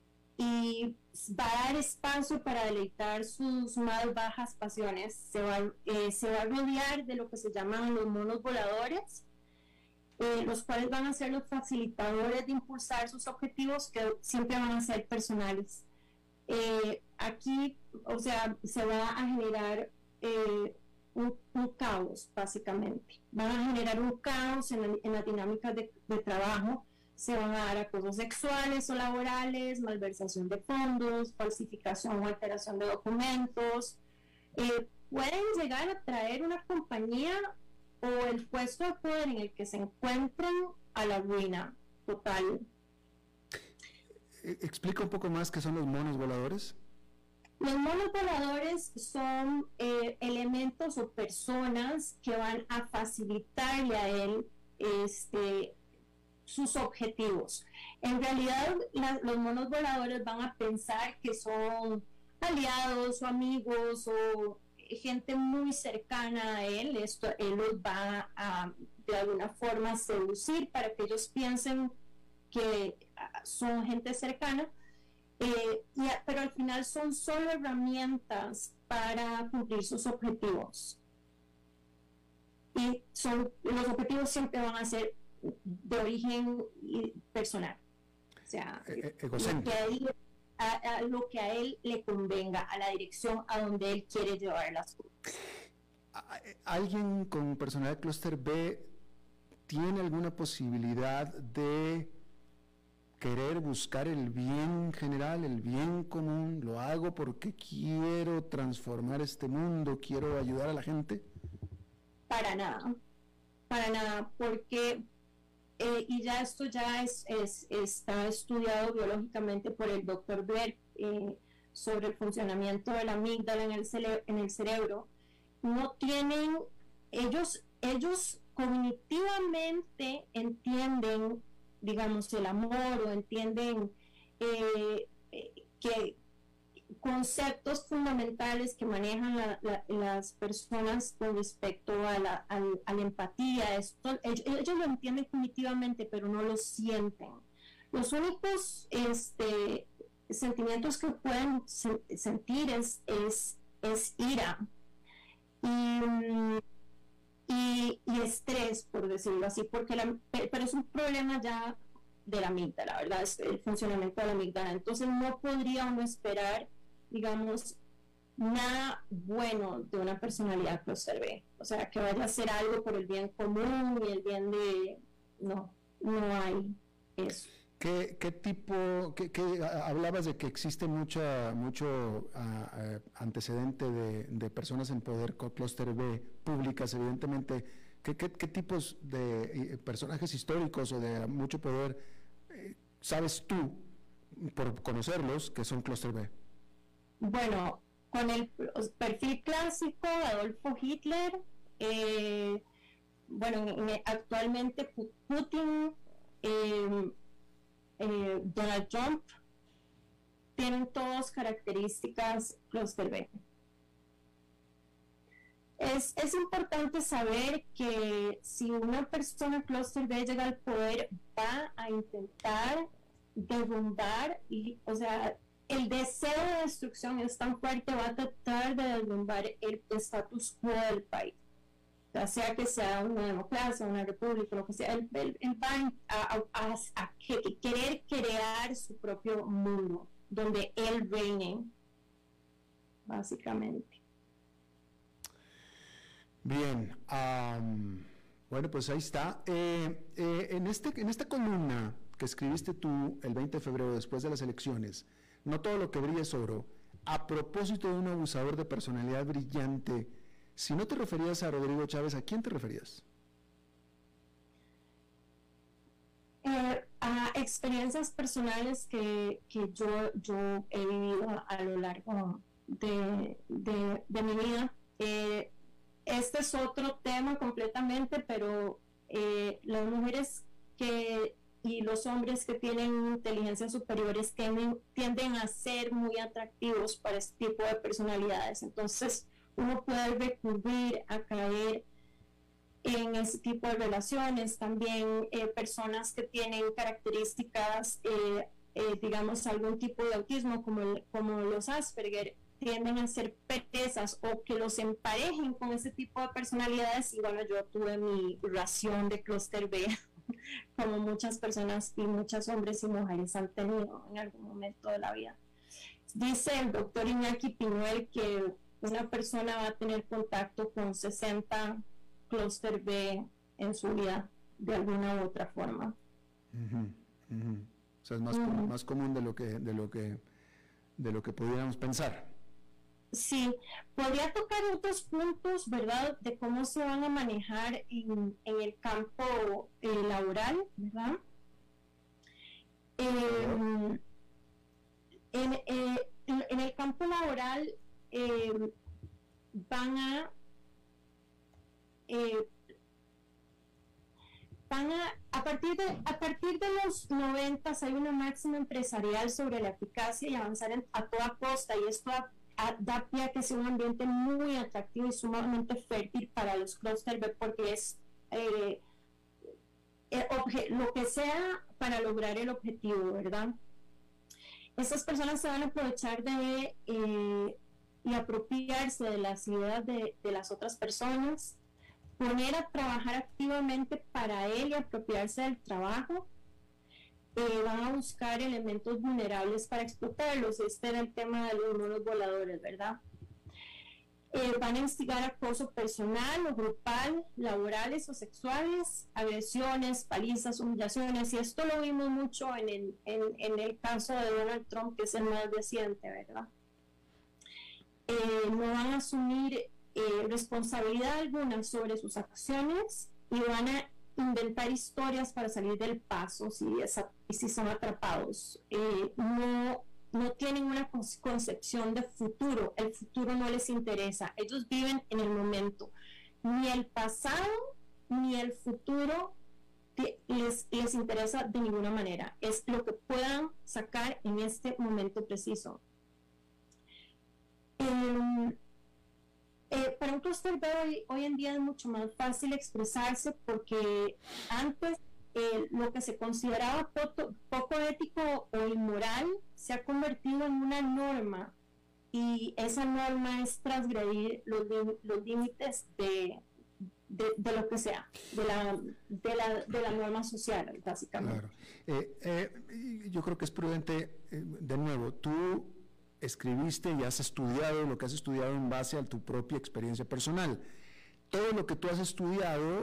Speaker 4: y va a dar espacio para deleitar sus más bajas pasiones. Se va, eh, se va a rodear de lo que se llaman los monos voladores, eh, los cuales van a ser los facilitadores de impulsar sus objetivos, que siempre van a ser personales. Eh, aquí, o sea, se va a generar eh, un, un caos, básicamente. Van a generar un caos en, en las dinámicas de, de trabajo. Se van a dar acosos sexuales o laborales, malversación de fondos, falsificación o alteración de documentos. Eh, pueden llegar a traer una compañía o el puesto de poder en el que se encuentren a la ruina total.
Speaker 3: Explica un poco más qué son los monos voladores.
Speaker 4: Los monos voladores son eh, elementos o personas que van a facilitarle a él este, sus objetivos. En realidad, la, los monos voladores van a pensar que son aliados o amigos o gente muy cercana a él. Esto él los va a de alguna forma seducir para que ellos piensen que son gente cercana, eh, y, pero al final son solo herramientas para cumplir sus objetivos, y son, los objetivos siempre van a ser de origen personal, o sea,
Speaker 3: e-
Speaker 4: lo que, a él, a, a lo que a él le convenga, a la dirección a donde él quiere llevar las cosas.
Speaker 3: ¿Alguien con personalidad clúster B tiene alguna posibilidad de querer buscar el bien general, el bien común? ¿Lo hago porque quiero transformar este mundo, quiero ayudar a la gente?
Speaker 4: Para nada, para nada, porque eh, y ya esto ya es, es, está estudiado biológicamente por el doctor Blair, eh, sobre el funcionamiento de la amígdala en el, cere en el cerebro. No tienen, ellos, ellos cognitivamente entienden, digamos, el amor, o entienden eh, que conceptos fundamentales que manejan la, la, las personas con respecto a la, a, a la empatía. Esto, ellos, ellos lo entienden cognitivamente, pero no lo sienten. Los únicos este, sentimientos que pueden se, sentir es, es, es ira y, y, y estrés, por decirlo así, porque la, pero es un problema ya de la amígdala, la verdad, es el funcionamiento de la amígdala. Entonces no podría uno esperar, digamos, nada bueno de una personalidad clúster B, o sea, que vaya a hacer algo por el bien común y el bien de, no, no hay, eso.
Speaker 3: ¿Qué, qué tipo, qué, qué, hablabas de que existe mucha, mucho uh, antecedente de, de personas en poder con clúster B públicas, evidentemente? ¿Qué, qué, qué tipos de eh, personajes históricos o de mucho poder eh, sabes tú, por conocerlos, que son clúster B?
Speaker 4: Bueno, con el perfil clásico, Adolfo Hitler, eh, bueno, actualmente Putin, eh, eh, Donald Trump, tienen todas características clúster B. Es, es importante saber que si una persona clúster B llega al poder, va a intentar derrumbar, y, o sea, el deseo de destrucción es tan fuerte, va a tratar de derrumbar el status quo del país. O sea, sea que sea una democracia, una república, lo que sea, él, él, él va a, a, a, a querer crear su propio mundo, donde él reine, básicamente.
Speaker 3: Bien, um, bueno, pues ahí está. Eh, eh, en, este, en esta columna que escribiste tú el veinte de febrero, después de las elecciones, no todo lo que brilla es oro, a propósito de un abusador de personalidad brillante, si no te referías a Rodrigo Chávez, ¿a quién te referías?
Speaker 4: Eh, a experiencias personales que, que yo, yo he vivido a, a lo largo de, de, de mi vida. Eh, este es otro tema completamente, pero eh, las mujeres que y los hombres que tienen inteligencias superiores tienden, tienden a ser muy atractivos para este tipo de personalidades. Entonces, uno puede recurrir a caer en ese tipo de relaciones. También eh, personas que tienen características, eh, eh, digamos, algún tipo de autismo, como, el, como los Asperger, tienden a ser perezas o que los emparejen con ese tipo de personalidades. Y bueno, yo tuve mi ración de clúster B, como muchas personas y muchos hombres y mujeres han tenido en algún momento de la vida. Dice el doctor Iñaki Pinuel que una persona va a tener contacto con sesenta clúster B en su vida de alguna u otra forma.
Speaker 3: Uh-huh, uh-huh. O sea, es más,
Speaker 4: uh-huh.
Speaker 3: común, más común de lo que de lo que de lo que pudiéramos pensar.
Speaker 4: Sí, podría tocar otros puntos, ¿verdad?, de cómo se van a manejar en, en el campo eh, laboral, ¿verdad? Eh, en, eh, en, en el campo laboral eh, van a eh, van a a partir de a partir de los noventas hay una máxima empresarial sobre la eficacia y avanzar en, a toda costa, y esto a, a, da pie a que sea un ambiente muy atractivo y sumamente fértil para los clúster B, porque es eh, eh, obje, lo que sea para lograr el objetivo, ¿verdad? Estas personas se van a aprovechar de eh, y apropiarse de las ideas de, de las otras personas, poner a trabajar activamente para él y apropiarse del trabajo. Eh, van a buscar elementos vulnerables para explotarlos. Este era el tema de los monos voladores, ¿verdad? Eh, van a instigar acoso personal o grupal, laborales o sexuales, agresiones, palizas, humillaciones, y esto lo vimos mucho en el, en, en el caso de Donald Trump, que es el más reciente, ¿verdad? Eh, no van a asumir eh, responsabilidad alguna sobre sus acciones y van a inventar historias para salir del paso si, esa, si son atrapados. Eh, no, no tienen una concepción de futuro, el futuro no les interesa, ellos viven en el momento, ni el pasado ni el futuro les, les interesa de ninguna manera, es lo que puedan sacar en este momento preciso. Eh, eh, para un clúster B hoy, hoy en día es mucho más fácil expresarse, porque antes eh, lo que se consideraba poco, poco ético o inmoral se ha convertido en una norma, y esa norma es transgredir los, los límites de, de, de lo que sea, de la, de la, de la norma social, básicamente.
Speaker 3: Claro. Eh, eh, yo creo que es prudente, eh, de nuevo, tú escribiste y has estudiado lo que has estudiado en base a tu propia experiencia personal. Todo lo que tú has estudiado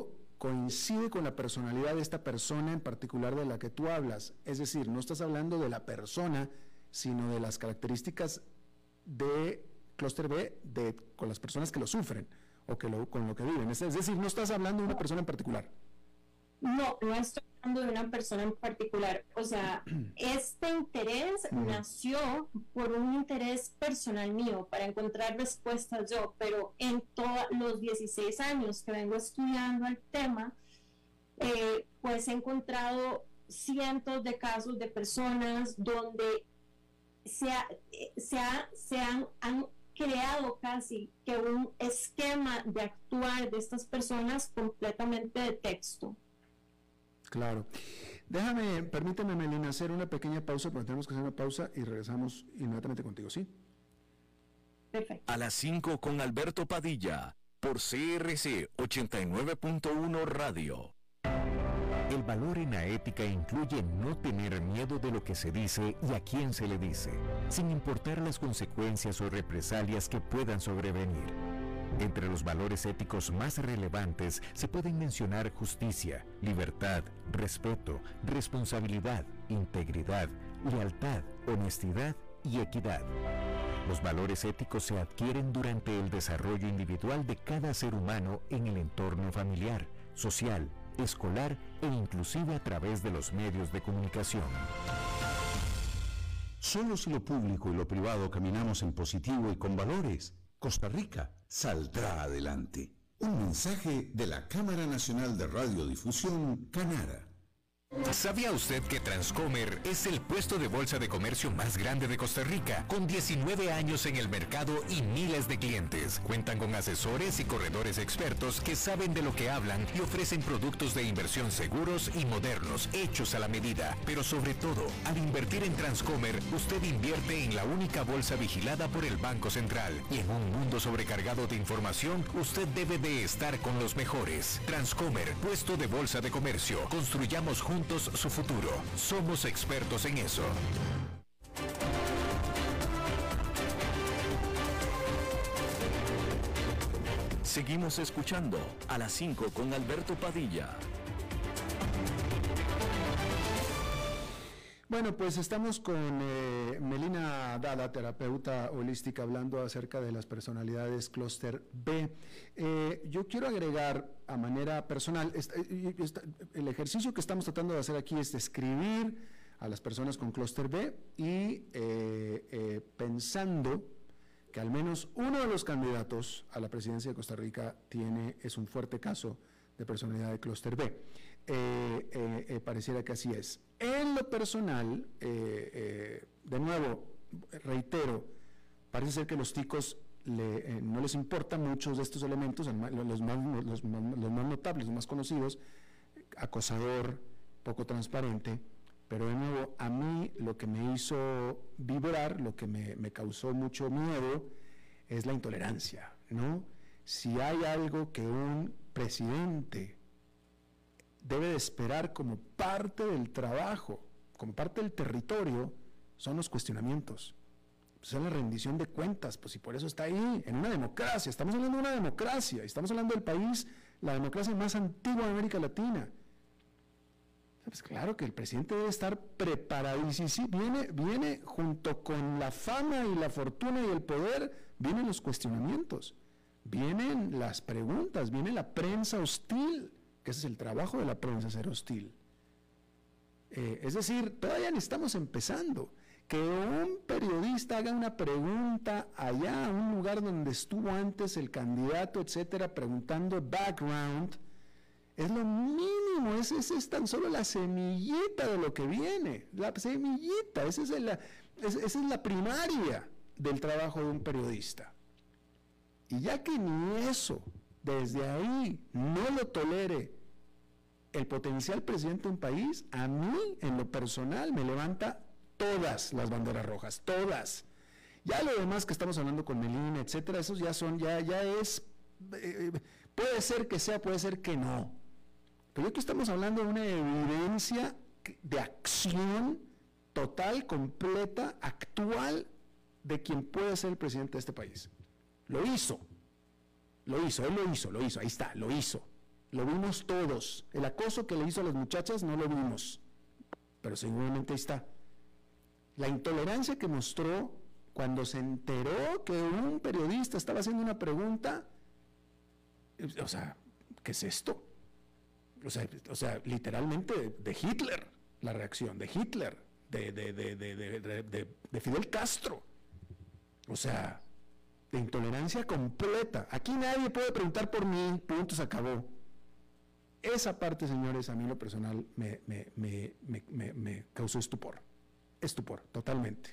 Speaker 3: coincide con la personalidad de esta persona en particular de la que tú hablas. Es decir, no estás hablando de la persona, sino de las características de clúster B de, con las personas que lo sufren o que lo, con lo que viven. Es, es decir, no estás hablando de una persona en particular.
Speaker 4: No, no estoy hablando de una persona en particular. O sea, este interés mm. nació por un interés personal mío, para encontrar respuestas yo, pero en todos los dieciséis años que vengo estudiando el tema, eh, pues he encontrado cientos de casos de personas donde se, ha, se, ha, se han, han creado casi que un esquema de actuar de estas personas completamente de texto.
Speaker 3: Claro. Déjame, permíteme, Melina, hacer una pequeña pausa, porque tenemos que hacer una pausa y regresamos inmediatamente contigo, ¿sí?
Speaker 4: Perfecto.
Speaker 2: A las cinco con Alberto Padilla, por C R C ochenta y nueve punto uno Radio. El valor en la ética incluye no tener miedo de lo que se dice y a quién se le dice, sin importar las consecuencias o represalias que puedan sobrevenir. Entre los valores éticos más relevantes se pueden mencionar justicia, libertad, respeto, responsabilidad, integridad, lealtad, honestidad y equidad. Los valores éticos se adquieren durante el desarrollo individual de cada ser humano en el entorno familiar, social, escolar e inclusive a través de los medios de comunicación.
Speaker 5: Solo si lo público y lo privado caminamos en positivo y con valores, Costa Rica saldrá adelante. Un mensaje de la Cámara Nacional de Radiodifusión, Canara.
Speaker 2: ¿Sabía usted que Transcomer es el puesto de bolsa de comercio más grande de Costa Rica, con diecinueve años en el mercado y miles de clientes? Cuentan con asesores y corredores expertos que saben de lo que hablan y ofrecen productos de inversión seguros y modernos, hechos a la medida. Pero sobre todo, al invertir en Transcomer, usted invierte en la única bolsa vigilada por el Banco Central. Y en un mundo sobrecargado de información, usted debe de estar con los mejores. Transcomer, puesto de bolsa de comercio. Construyamos juntos su futuro. Somos expertos en eso. Seguimos escuchando a las cinco con Alberto Padilla.
Speaker 3: Bueno, pues estamos con eh, Melina Dada, terapeuta holística, hablando acerca de las personalidades clúster B. Eh, yo quiero agregar a manera personal, esta, esta, el ejercicio que estamos tratando de hacer aquí es describir a las personas con clúster B y eh, eh, pensando que al menos uno de los candidatos a la presidencia de Costa Rica tiene, es un fuerte caso de personalidad de clúster B. Eh, eh, eh, pareciera que así es. En lo personal, eh, eh, de nuevo, reitero, parece ser que los ticos le, eh, no les importan muchos de estos elementos, los más, los, más, los más notables, los más conocidos, acosador, poco transparente, pero de nuevo, a mí lo que me hizo vibrar, lo que me, me causó mucho miedo, es la intolerancia, ¿no? Si hay algo que un presidente debe de esperar como parte del trabajo, como parte del territorio, son los cuestionamientos, son la rendición de cuentas, pues y por eso está ahí, en una democracia. Estamos hablando de una democracia, estamos hablando del país, la democracia más antigua de América Latina. Pues claro que el presidente debe estar preparadísimo, viene, viene junto con la fama y la fortuna y el poder, vienen los cuestionamientos, vienen las preguntas, viene la prensa hostil, que ese es el trabajo de la prensa, ser hostil. Eh, es decir, todavía ni estamos empezando. Que un periodista haga una pregunta allá, a un lugar donde estuvo antes el candidato, etcétera, preguntando background, es lo mínimo, esa es, es tan solo la semillita de lo que viene, la semillita, esa es, la, esa es la primaria del trabajo de un periodista. Y ya que ni eso, desde ahí, no lo tolere el potencial presidente de un país, a mí, en lo personal, me levanta todas las banderas rojas, todas. Ya lo demás que estamos hablando con Melina, etcétera, esos ya son, ya, ya es, eh, puede ser que sea, puede ser que no. Pero aquí estamos hablando de una evidencia de acción total, completa, actual, de quien puede ser el presidente de este país. Lo hizo. Lo hizo, él lo hizo, lo hizo, ahí está, lo hizo. lo vimos todos. El acoso que le hizo a las muchachas no lo vimos, pero seguramente ahí está. La intolerancia que mostró cuando se enteró que un periodista estaba haciendo una pregunta, o sea, ¿qué es esto? O sea, o sea literalmente de Hitler, la reacción, de Hitler, de, de, de, de, de, de, de, de Fidel Castro. O sea, de intolerancia completa. Aquí nadie puede preguntar por mí, punto, se acabó. Esa parte, señores, a mí lo personal me, me, me, me, me, me causó estupor. Estupor, totalmente.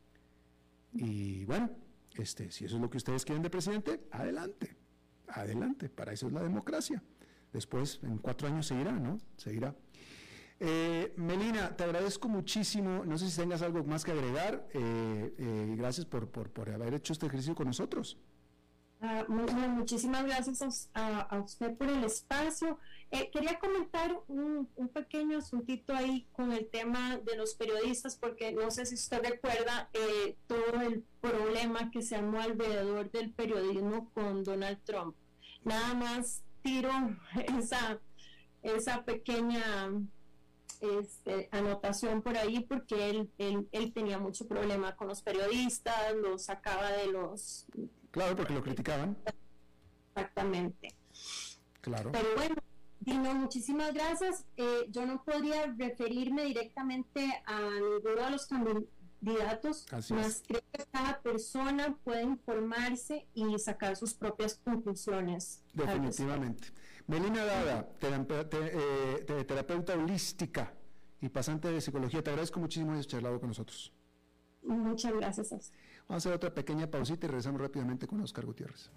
Speaker 3: Y bueno, este, si eso es lo que ustedes quieren de presidente, adelante, adelante, para eso es la democracia. Después, en cuatro años se irá, ¿no? Se irá. Eh, Melina, te agradezco muchísimo, no sé si tengas algo más que agregar, eh, eh, gracias por, por, por haber hecho este ejercicio con nosotros.
Speaker 4: Uh, muy, muy, muchísimas gracias a, a usted por el espacio. Eh, quería comentar un, un pequeño asuntito ahí con el tema de los periodistas, porque no sé si usted recuerda eh, todo el problema que se armó alrededor del periodismo con Donald Trump. Nada más tiro esa, esa pequeña este, anotación por ahí, porque él, él, él tenía mucho problema con los periodistas, los sacaba de los...
Speaker 3: Claro, porque lo criticaban.
Speaker 4: Exactamente.
Speaker 3: Claro.
Speaker 4: Pero bueno, Dino, muchísimas gracias. Eh, yo no podría referirme directamente a ninguno de los candidatos,
Speaker 3: Así
Speaker 4: más
Speaker 3: es.
Speaker 4: creo que cada persona puede informarse y sacar sus propias conclusiones.
Speaker 3: Definitivamente. Melina Dada, terapeuta, te, eh, te, terapeuta holística y pasante de psicología, te agradezco muchísimo haber charlado con nosotros.
Speaker 4: Muchas gracias a usted.
Speaker 3: Vamos a hacer otra pequeña pausita y regresamos rápidamente con Oscar Gutiérrez.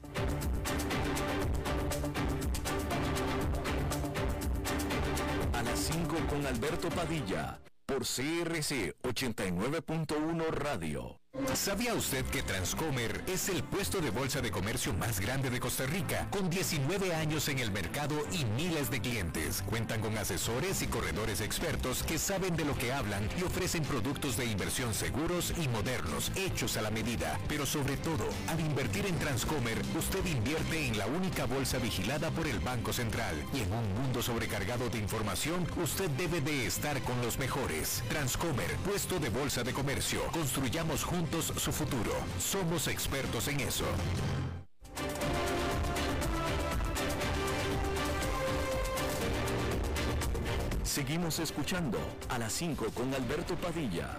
Speaker 2: A las cinco con Alberto Padilla, por C R C ochenta y nueve punto uno Radio. ¿Sabía usted que Transcomer es el puesto de bolsa de comercio más grande de Costa Rica, con diecinueve años en el mercado y miles de clientes? Cuentan con asesores y corredores expertos que saben de lo que hablan y ofrecen productos de inversión seguros y modernos, hechos a la medida. Pero sobre todo, al invertir en Transcomer, usted invierte en la única bolsa vigilada por el Banco Central. Y en un mundo sobrecargado de información, usted debe de estar con los mejores. Transcomer, puesto de bolsa de comercio. Construyamos juntos su futuro. Somos expertos en eso. Seguimos escuchando a las cinco con Alberto Padilla.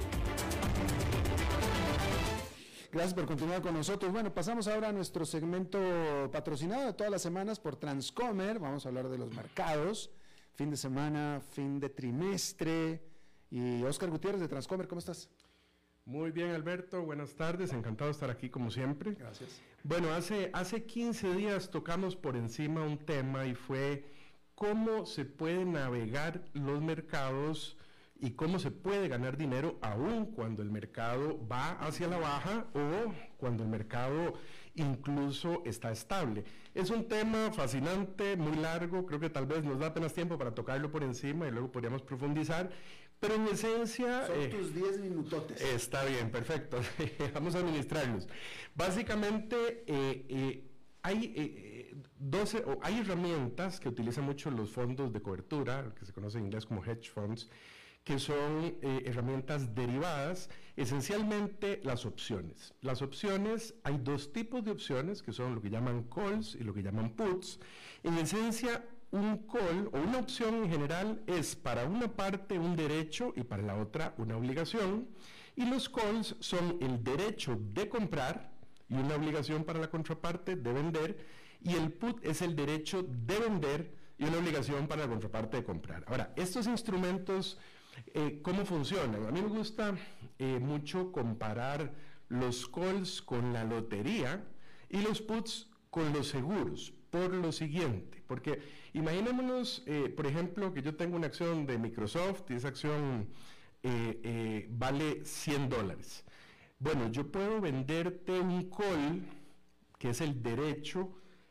Speaker 3: Gracias por continuar con nosotros. Bueno, pasamos ahora a nuestro segmento patrocinado de todas las semanas por Transcomer. Vamos a hablar de los mercados, fin de semana, fin de trimestre. Y Oscar Gutiérrez de Transcomer, ¿cómo estás?
Speaker 6: Muy bien, Alberto, buenas tardes, encantado de estar aquí como siempre.
Speaker 3: Gracias.
Speaker 6: Bueno, hace, hace quince días tocamos por encima un tema y fue cómo se puede navegar los mercados y cómo se puede ganar dinero aún cuando el mercado va hacia la baja o cuando el mercado incluso está estable. Es un tema fascinante, muy largo, creo que tal vez nos da apenas tiempo para tocarlo por encima y luego podríamos profundizar. Pero en esencia...
Speaker 3: Son
Speaker 6: eh,
Speaker 3: tus diez minutotes.
Speaker 6: Está bien, perfecto. Vamos a administrarlos. Básicamente, eh, eh, hay, eh, doce, o hay herramientas que utilizan mucho los fondos de cobertura, que se conoce en inglés como hedge funds, que son eh, herramientas derivadas, esencialmente las opciones. Las opciones, hay dos tipos de opciones, que son lo que llaman calls y lo que llaman puts. En esencia, un call o una opción en general es para una parte un derecho y para la otra una obligación, y los calls son el derecho de comprar y una obligación para la contraparte de vender, y el put es el derecho de vender y una obligación para la contraparte de comprar. Ahora, estos instrumentos, eh, ¿cómo funcionan? A mí me gusta eh, mucho comparar los calls con la lotería y los puts con los seguros, por lo siguiente, porque imaginémonos, eh, por ejemplo, que yo tengo una acción de Microsoft y esa acción eh, eh, vale cien dólares. Bueno, yo puedo venderte un call, que es el derecho,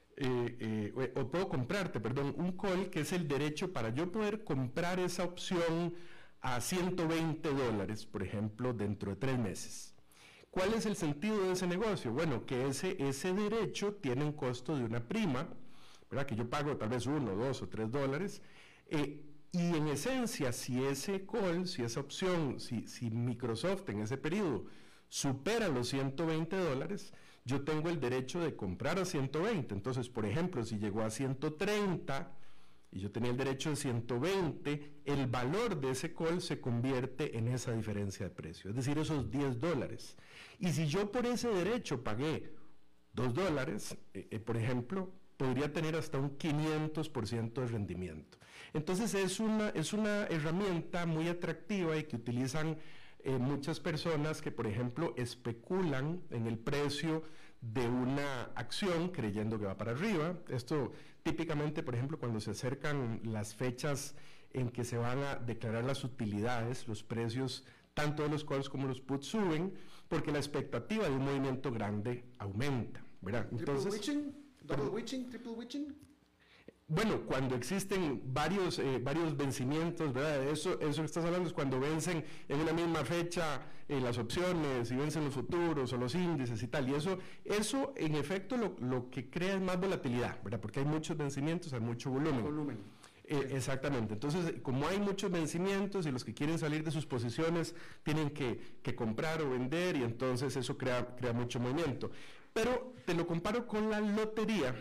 Speaker 6: eh, eh, o puedo comprarte, perdón, un call que es el derecho para yo poder comprar esa opción a ciento veinte dólares, por ejemplo, dentro de tres meses. ¿Cuál es el sentido de ese negocio? Bueno, que ese, ese derecho tiene un costo de una prima, ¿verdad? Que yo pago tal vez uno, dos o tres dólares. Eh, y en esencia, si ese call, si esa opción, si, si Microsoft en ese periodo supera los ciento veinte dólares, yo tengo el derecho de comprar a ciento veinte. Entonces, por ejemplo, si llegó a ciento treinta y yo tenía el derecho de ciento veinte, el valor de ese call se convierte en esa diferencia de precio, es decir, esos diez dólares. Y si yo por ese derecho pagué dos dólares, eh, eh, por ejemplo, podría tener hasta un quinientos por ciento de rendimiento. Entonces es una, es una herramienta muy atractiva y que utilizan eh, muchas personas que, por ejemplo, especulan en el precio de una acción creyendo que va para arriba. Esto típicamente, por ejemplo, cuando se acercan las fechas en que se van a declarar las utilidades, los precios tanto de los calls como los puts suben, porque la expectativa de un movimiento grande aumenta, ¿verdad?
Speaker 3: Entonces, ¿Triple witching? ¿Double witching? ¿Triple witching?
Speaker 6: Bueno, cuando existen varios, eh, varios vencimientos, ¿verdad? Eso, eso que estás hablando es cuando vencen en una misma fecha eh, las opciones y vencen los futuros o los índices y tal. Y eso, eso en efecto lo, lo que crea es más volatilidad, ¿verdad? Porque hay muchos vencimientos, hay mucho volumen.
Speaker 3: Volumen.
Speaker 6: Eh, exactamente. Entonces, como hay muchos vencimientos y los que quieren salir de sus posiciones tienen que, que comprar o vender, y entonces eso crea, crea mucho movimiento. Pero te lo comparo con la lotería,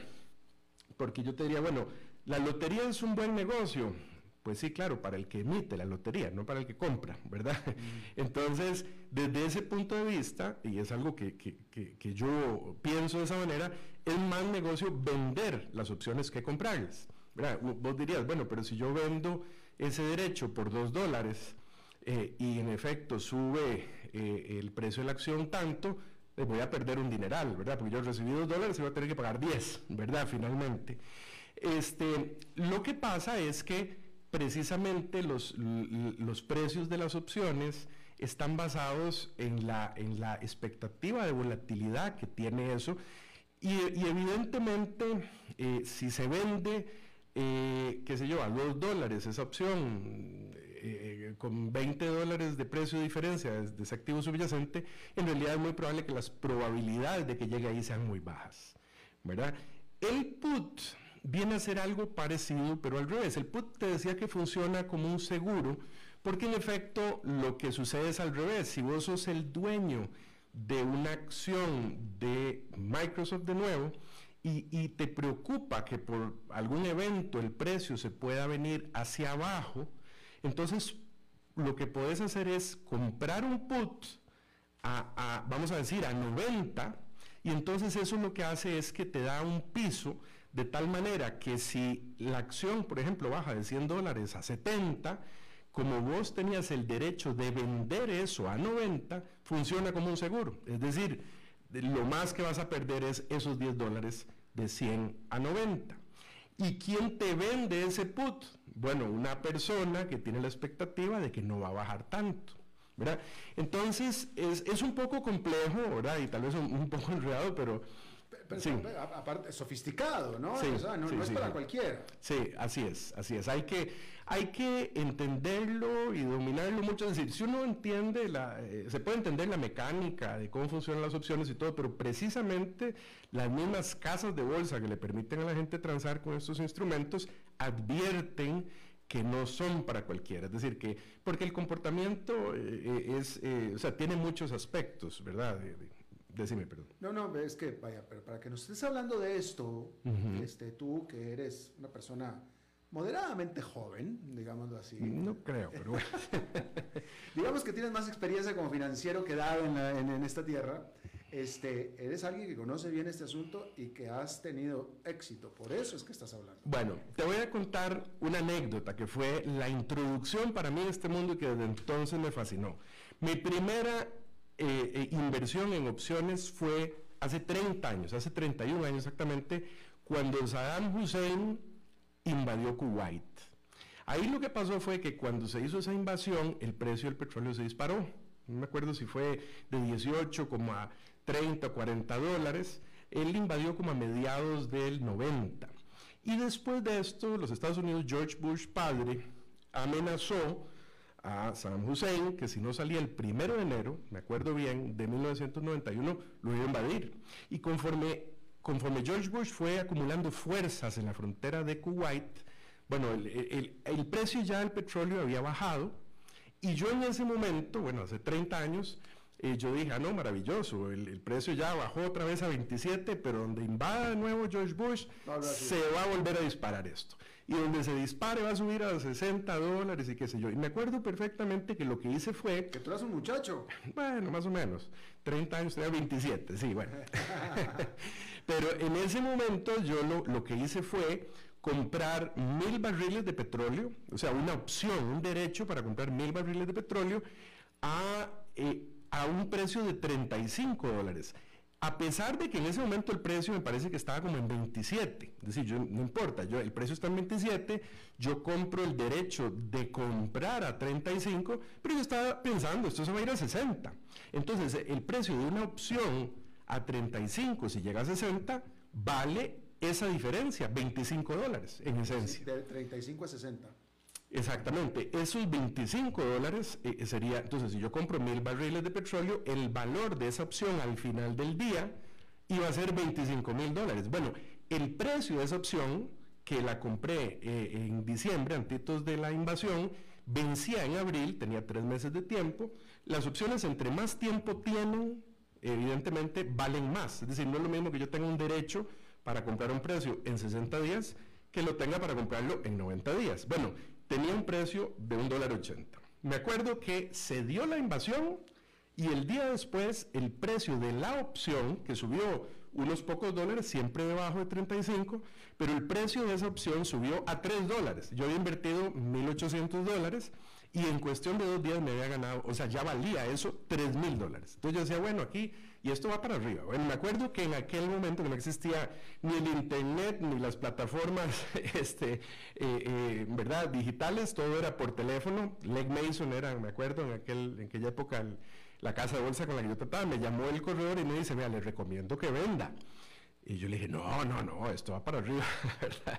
Speaker 6: porque yo te diría, bueno, ¿la lotería es un buen negocio? Pues sí, claro, para el que emite la lotería, no para el que compra, ¿verdad? Mm. Entonces, desde ese punto de vista, y es algo que, que, que, que yo pienso de esa manera, es más negocio vender las opciones que comprarlas, ¿verdad? Vos dirías, bueno, pero si yo vendo ese derecho por dos dólares eh, y en efecto sube eh, el precio de la acción tanto, eh, voy a perder un dineral, ¿verdad? Porque yo recibí dos dólares y voy a tener que pagar diez, ¿verdad? Finalmente. Este, lo que pasa es que precisamente los, los precios de las opciones están basados en la, en la expectativa de volatilidad que tiene eso, y, y evidentemente eh, si se vende, eh, qué sé yo, a dos dólares esa opción, eh, con veinte dólares de precio de diferencia de ese activo subyacente, en realidad es muy probable que las probabilidades de que llegue ahí sean muy bajas, ¿verdad? El put viene a ser algo parecido, pero al revés. El put te decía que funciona como un seguro, porque en efecto lo que sucede es al revés. Si vos sos el dueño de una acción de Microsoft de nuevo, y, y te preocupa que por algún evento el precio se pueda venir hacia abajo, entonces lo que podés hacer es comprar un put a, a, vamos a decir, a noventa, y entonces eso lo que hace es que te da un piso, de tal manera que si la acción, por ejemplo, baja de cien dólares a setenta, como vos tenías el derecho de vender eso a noventa, funciona como un seguro. Es decir, lo más que vas a perder es esos diez dólares de cien a noventa. ¿Y quién te vende ese put? Bueno, una persona que tiene la expectativa de que no va a bajar tanto, ¿verdad? Entonces, es, es un poco complejo, ¿verdad? Y tal vez un, un poco enredado, pero...
Speaker 3: Pero, sí. Aparte, sofisticado, ¿no?
Speaker 6: Sí,
Speaker 3: o sea, no,
Speaker 6: sí,
Speaker 3: no es
Speaker 6: sí,
Speaker 3: para
Speaker 6: sí.
Speaker 3: cualquiera.
Speaker 6: Sí, así es, así es. Hay que, hay que entenderlo y dominarlo mucho. Es decir, si uno entiende, la, eh, se puede entender la mecánica de cómo funcionan las opciones y todo, pero precisamente las mismas casas de bolsa que le permiten a la gente transar con estos instrumentos advierten que no son para cualquiera. Es decir, que porque el comportamiento eh, es, eh, o sea, tiene muchos aspectos, ¿verdad? De, de, Decime, perdón.
Speaker 3: No, no, es que, vaya, pero para que nos estés hablando de esto, uh-huh. este, tú que eres una persona moderadamente joven, digámoslo así.
Speaker 6: No creo, pero bueno.
Speaker 3: Digamos que tienes más experiencia como financiero que dado en, la, en, en esta tierra. Este, eres alguien que conoce bien este asunto y que has tenido éxito, por eso es que estás hablando.
Speaker 6: Bueno, te voy a contar una anécdota que fue la introducción para mí a este mundo y que desde entonces me fascinó. Mi primera Eh, eh, inversión en opciones fue hace treinta años, hace treinta y un años exactamente, cuando Saddam Hussein invadió Kuwait. Ahí lo que pasó fue que cuando se hizo esa invasión, el precio del petróleo se disparó. No me acuerdo si fue de dieciocho como a treinta o cuarenta dólares. Él invadió como a mediados del noventa. Y después de esto, los Estados Unidos, George Bush padre, amenazó a Saddam Hussein que si no salía el primero de enero, me acuerdo bien, de mil novecientos noventa y uno, lo iba a invadir. Y conforme conforme George Bush fue acumulando fuerzas en la frontera de Kuwait, bueno, el, el, el precio ya del petróleo había bajado, y yo en ese momento, bueno, hace treinta años, eh, yo dije, ah, no, maravilloso, el, el precio ya bajó otra vez a veintisiete, pero donde invada de nuevo George Bush, no, no, se va a volver a disparar esto. Y donde se dispare va a subir a sesenta dólares y qué sé yo. Y me acuerdo perfectamente que lo que hice fue...
Speaker 3: Que tú eras un muchacho.
Speaker 6: Bueno, más o menos. treinta años, tenía veintisiete, sí, bueno. Pero en ese momento yo lo, lo que hice fue comprar mil barriles de petróleo, o sea, una opción, un derecho para comprar mil barriles de petróleo a, eh, a un precio de treinta y cinco dólares. A pesar de que en ese momento el precio me parece que estaba como en veintisiete, es decir, yo, no importa, yo, el precio está en veintisiete, yo compro el derecho de comprar a treinta y cinco, pero yo estaba pensando, esto se va a ir a sesenta. Entonces, el precio de una opción a treinta y cinco, si llega a sesenta, vale esa diferencia, veinticinco dólares en esencia.
Speaker 3: De treinta y cinco a sesenta.
Speaker 6: Exactamente, esos veinticinco dólares eh, sería, entonces si yo compro mil barriles de petróleo, el valor de esa opción al final del día iba a ser veinticinco mil dólares. Bueno, el precio de esa opción, que la compré eh, en diciembre, antitos de la invasión, vencía en abril, tenía tres meses de tiempo. Las opciones entre más tiempo tienen, evidentemente valen más, es decir, no es lo mismo que yo tenga un derecho para comprar un precio en sesenta días que lo tenga para comprarlo en noventa días. Bueno, tenía un precio de un dólar ochenta. Me acuerdo que se dio la invasión y el día después el precio de la opción, que subió unos pocos dólares, siempre debajo de treinta y cinco, pero el precio de esa opción subió a tres dólares. Yo había invertido mil ochocientos dólares y en cuestión de dos días me había ganado, o sea, ya valía eso tres mil dólares. Entonces yo decía, bueno, aquí, y esto va para arriba. Bueno, me acuerdo que en aquel momento que no existía ni el internet, ni las plataformas, este, eh, eh, ¿verdad?, digitales, todo era por teléfono. Legg Mason era, me acuerdo, en, aquel, en aquella época, el, la casa de bolsa con la que yo trataba, me llamó el corredor y me dice, vea, le recomiendo que venda. Y yo le dije, no, no, no, esto va para arriba, ¿verdad?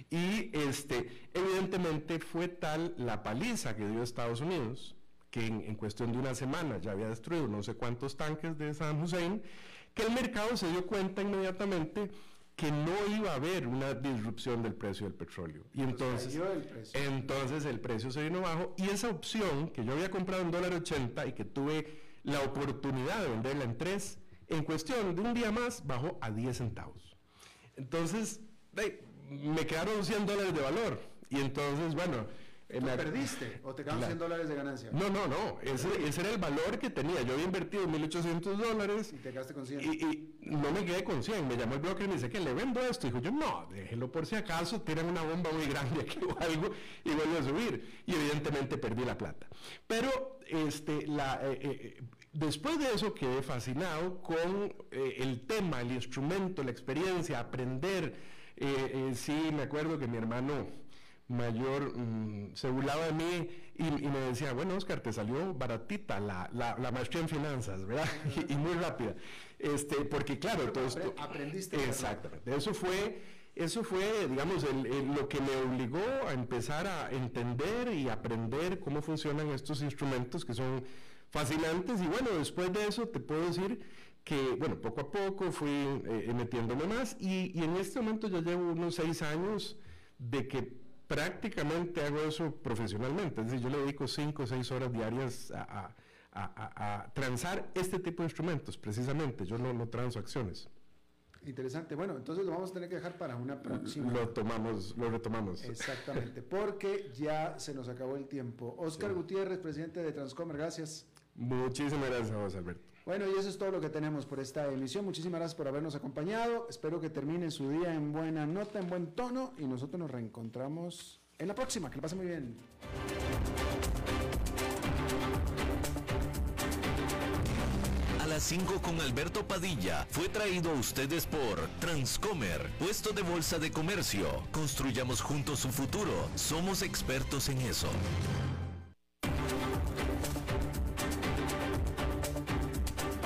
Speaker 6: Y este, evidentemente fue tal la paliza que dio Estados Unidos, que en, en cuestión de una semana ya había destruido no sé cuántos tanques de Saddam Hussein, que el mercado se dio cuenta inmediatamente que no iba a haber una disrupción del precio del petróleo. Y entonces,
Speaker 3: el precio.
Speaker 6: entonces el precio se vino abajo, y esa opción que yo había comprado en dólar ochenta y que tuve la oportunidad de venderla en tres, en cuestión de un día más bajó a diez centavos. Entonces, hey, me quedaron cien dólares de valor. Y entonces, bueno...
Speaker 3: ¿Tú me perdiste o te quedaron claro. cien dólares de ganancia?
Speaker 6: No, no, no. Ese, ese era el valor que tenía. Yo había invertido mil ochocientos dólares.
Speaker 3: ¿Y te quedaste con cien?
Speaker 6: Y, y no me quedé con cien. Me llamó el broker y me dice, ¿qué? ¿Le vendo esto? Y dijo yo, no, déjelo por si acaso. Tienen una bomba muy grande aquí o algo y vuelve a subir. Y evidentemente perdí la plata. Pero, este, la... Eh, eh, después de eso quedé fascinado con eh, el tema, el instrumento, la experiencia, aprender. Eh, eh, sí, me acuerdo que mi hermano mayor mmm, se burlaba de mí y, y me decía, bueno, Oscar, te salió baratita la, la, la maestría en finanzas, ¿verdad? y, y muy rápida. Este, porque claro, todo esto...
Speaker 3: Aprendiste.
Speaker 6: Exactamente. Eso fue... Eso fue, digamos, el, el, lo que me obligó a empezar a entender y aprender cómo funcionan estos instrumentos que son fascinantes. Y bueno, después de eso te puedo decir que, bueno, poco a poco fui eh, metiéndome más y, y en este momento ya llevo unos seis años de que prácticamente hago eso profesionalmente. Es decir, yo le dedico cinco o seis horas diarias a, a, a, a, a transar este tipo de instrumentos, precisamente. Yo no, no transo acciones.
Speaker 3: Interesante. Bueno, entonces lo vamos a tener que dejar para una próxima.
Speaker 6: Lo tomamos, lo retomamos.
Speaker 3: Exactamente, porque ya se nos acabó el tiempo. Oscar sí. Gutiérrez, presidente de Transcomer, gracias.
Speaker 6: Muchísimas gracias a vos, Alberto.
Speaker 3: Bueno, y eso es todo lo que tenemos por esta emisión. Muchísimas gracias por habernos acompañado. Espero que termine su día en buena nota, en buen tono, y nosotros nos reencontramos en la próxima. Que lo pase muy bien.
Speaker 2: A las cinco con Alberto Padilla fue traído a ustedes por Transcomer, puesto de bolsa de comercio. Construyamos juntos su futuro. Somos expertos en eso.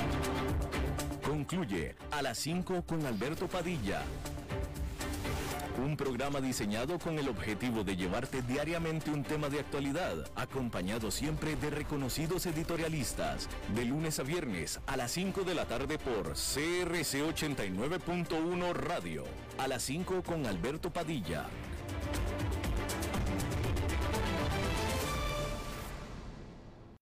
Speaker 2: Concluye A las cinco con Alberto Padilla. Un programa diseñado con el objetivo de llevarte diariamente un tema de actualidad, acompañado siempre de reconocidos editorialistas, de lunes a viernes a las cinco de la tarde por C R C ochenta y nueve punto uno Radio, a las cinco con Alberto Padilla.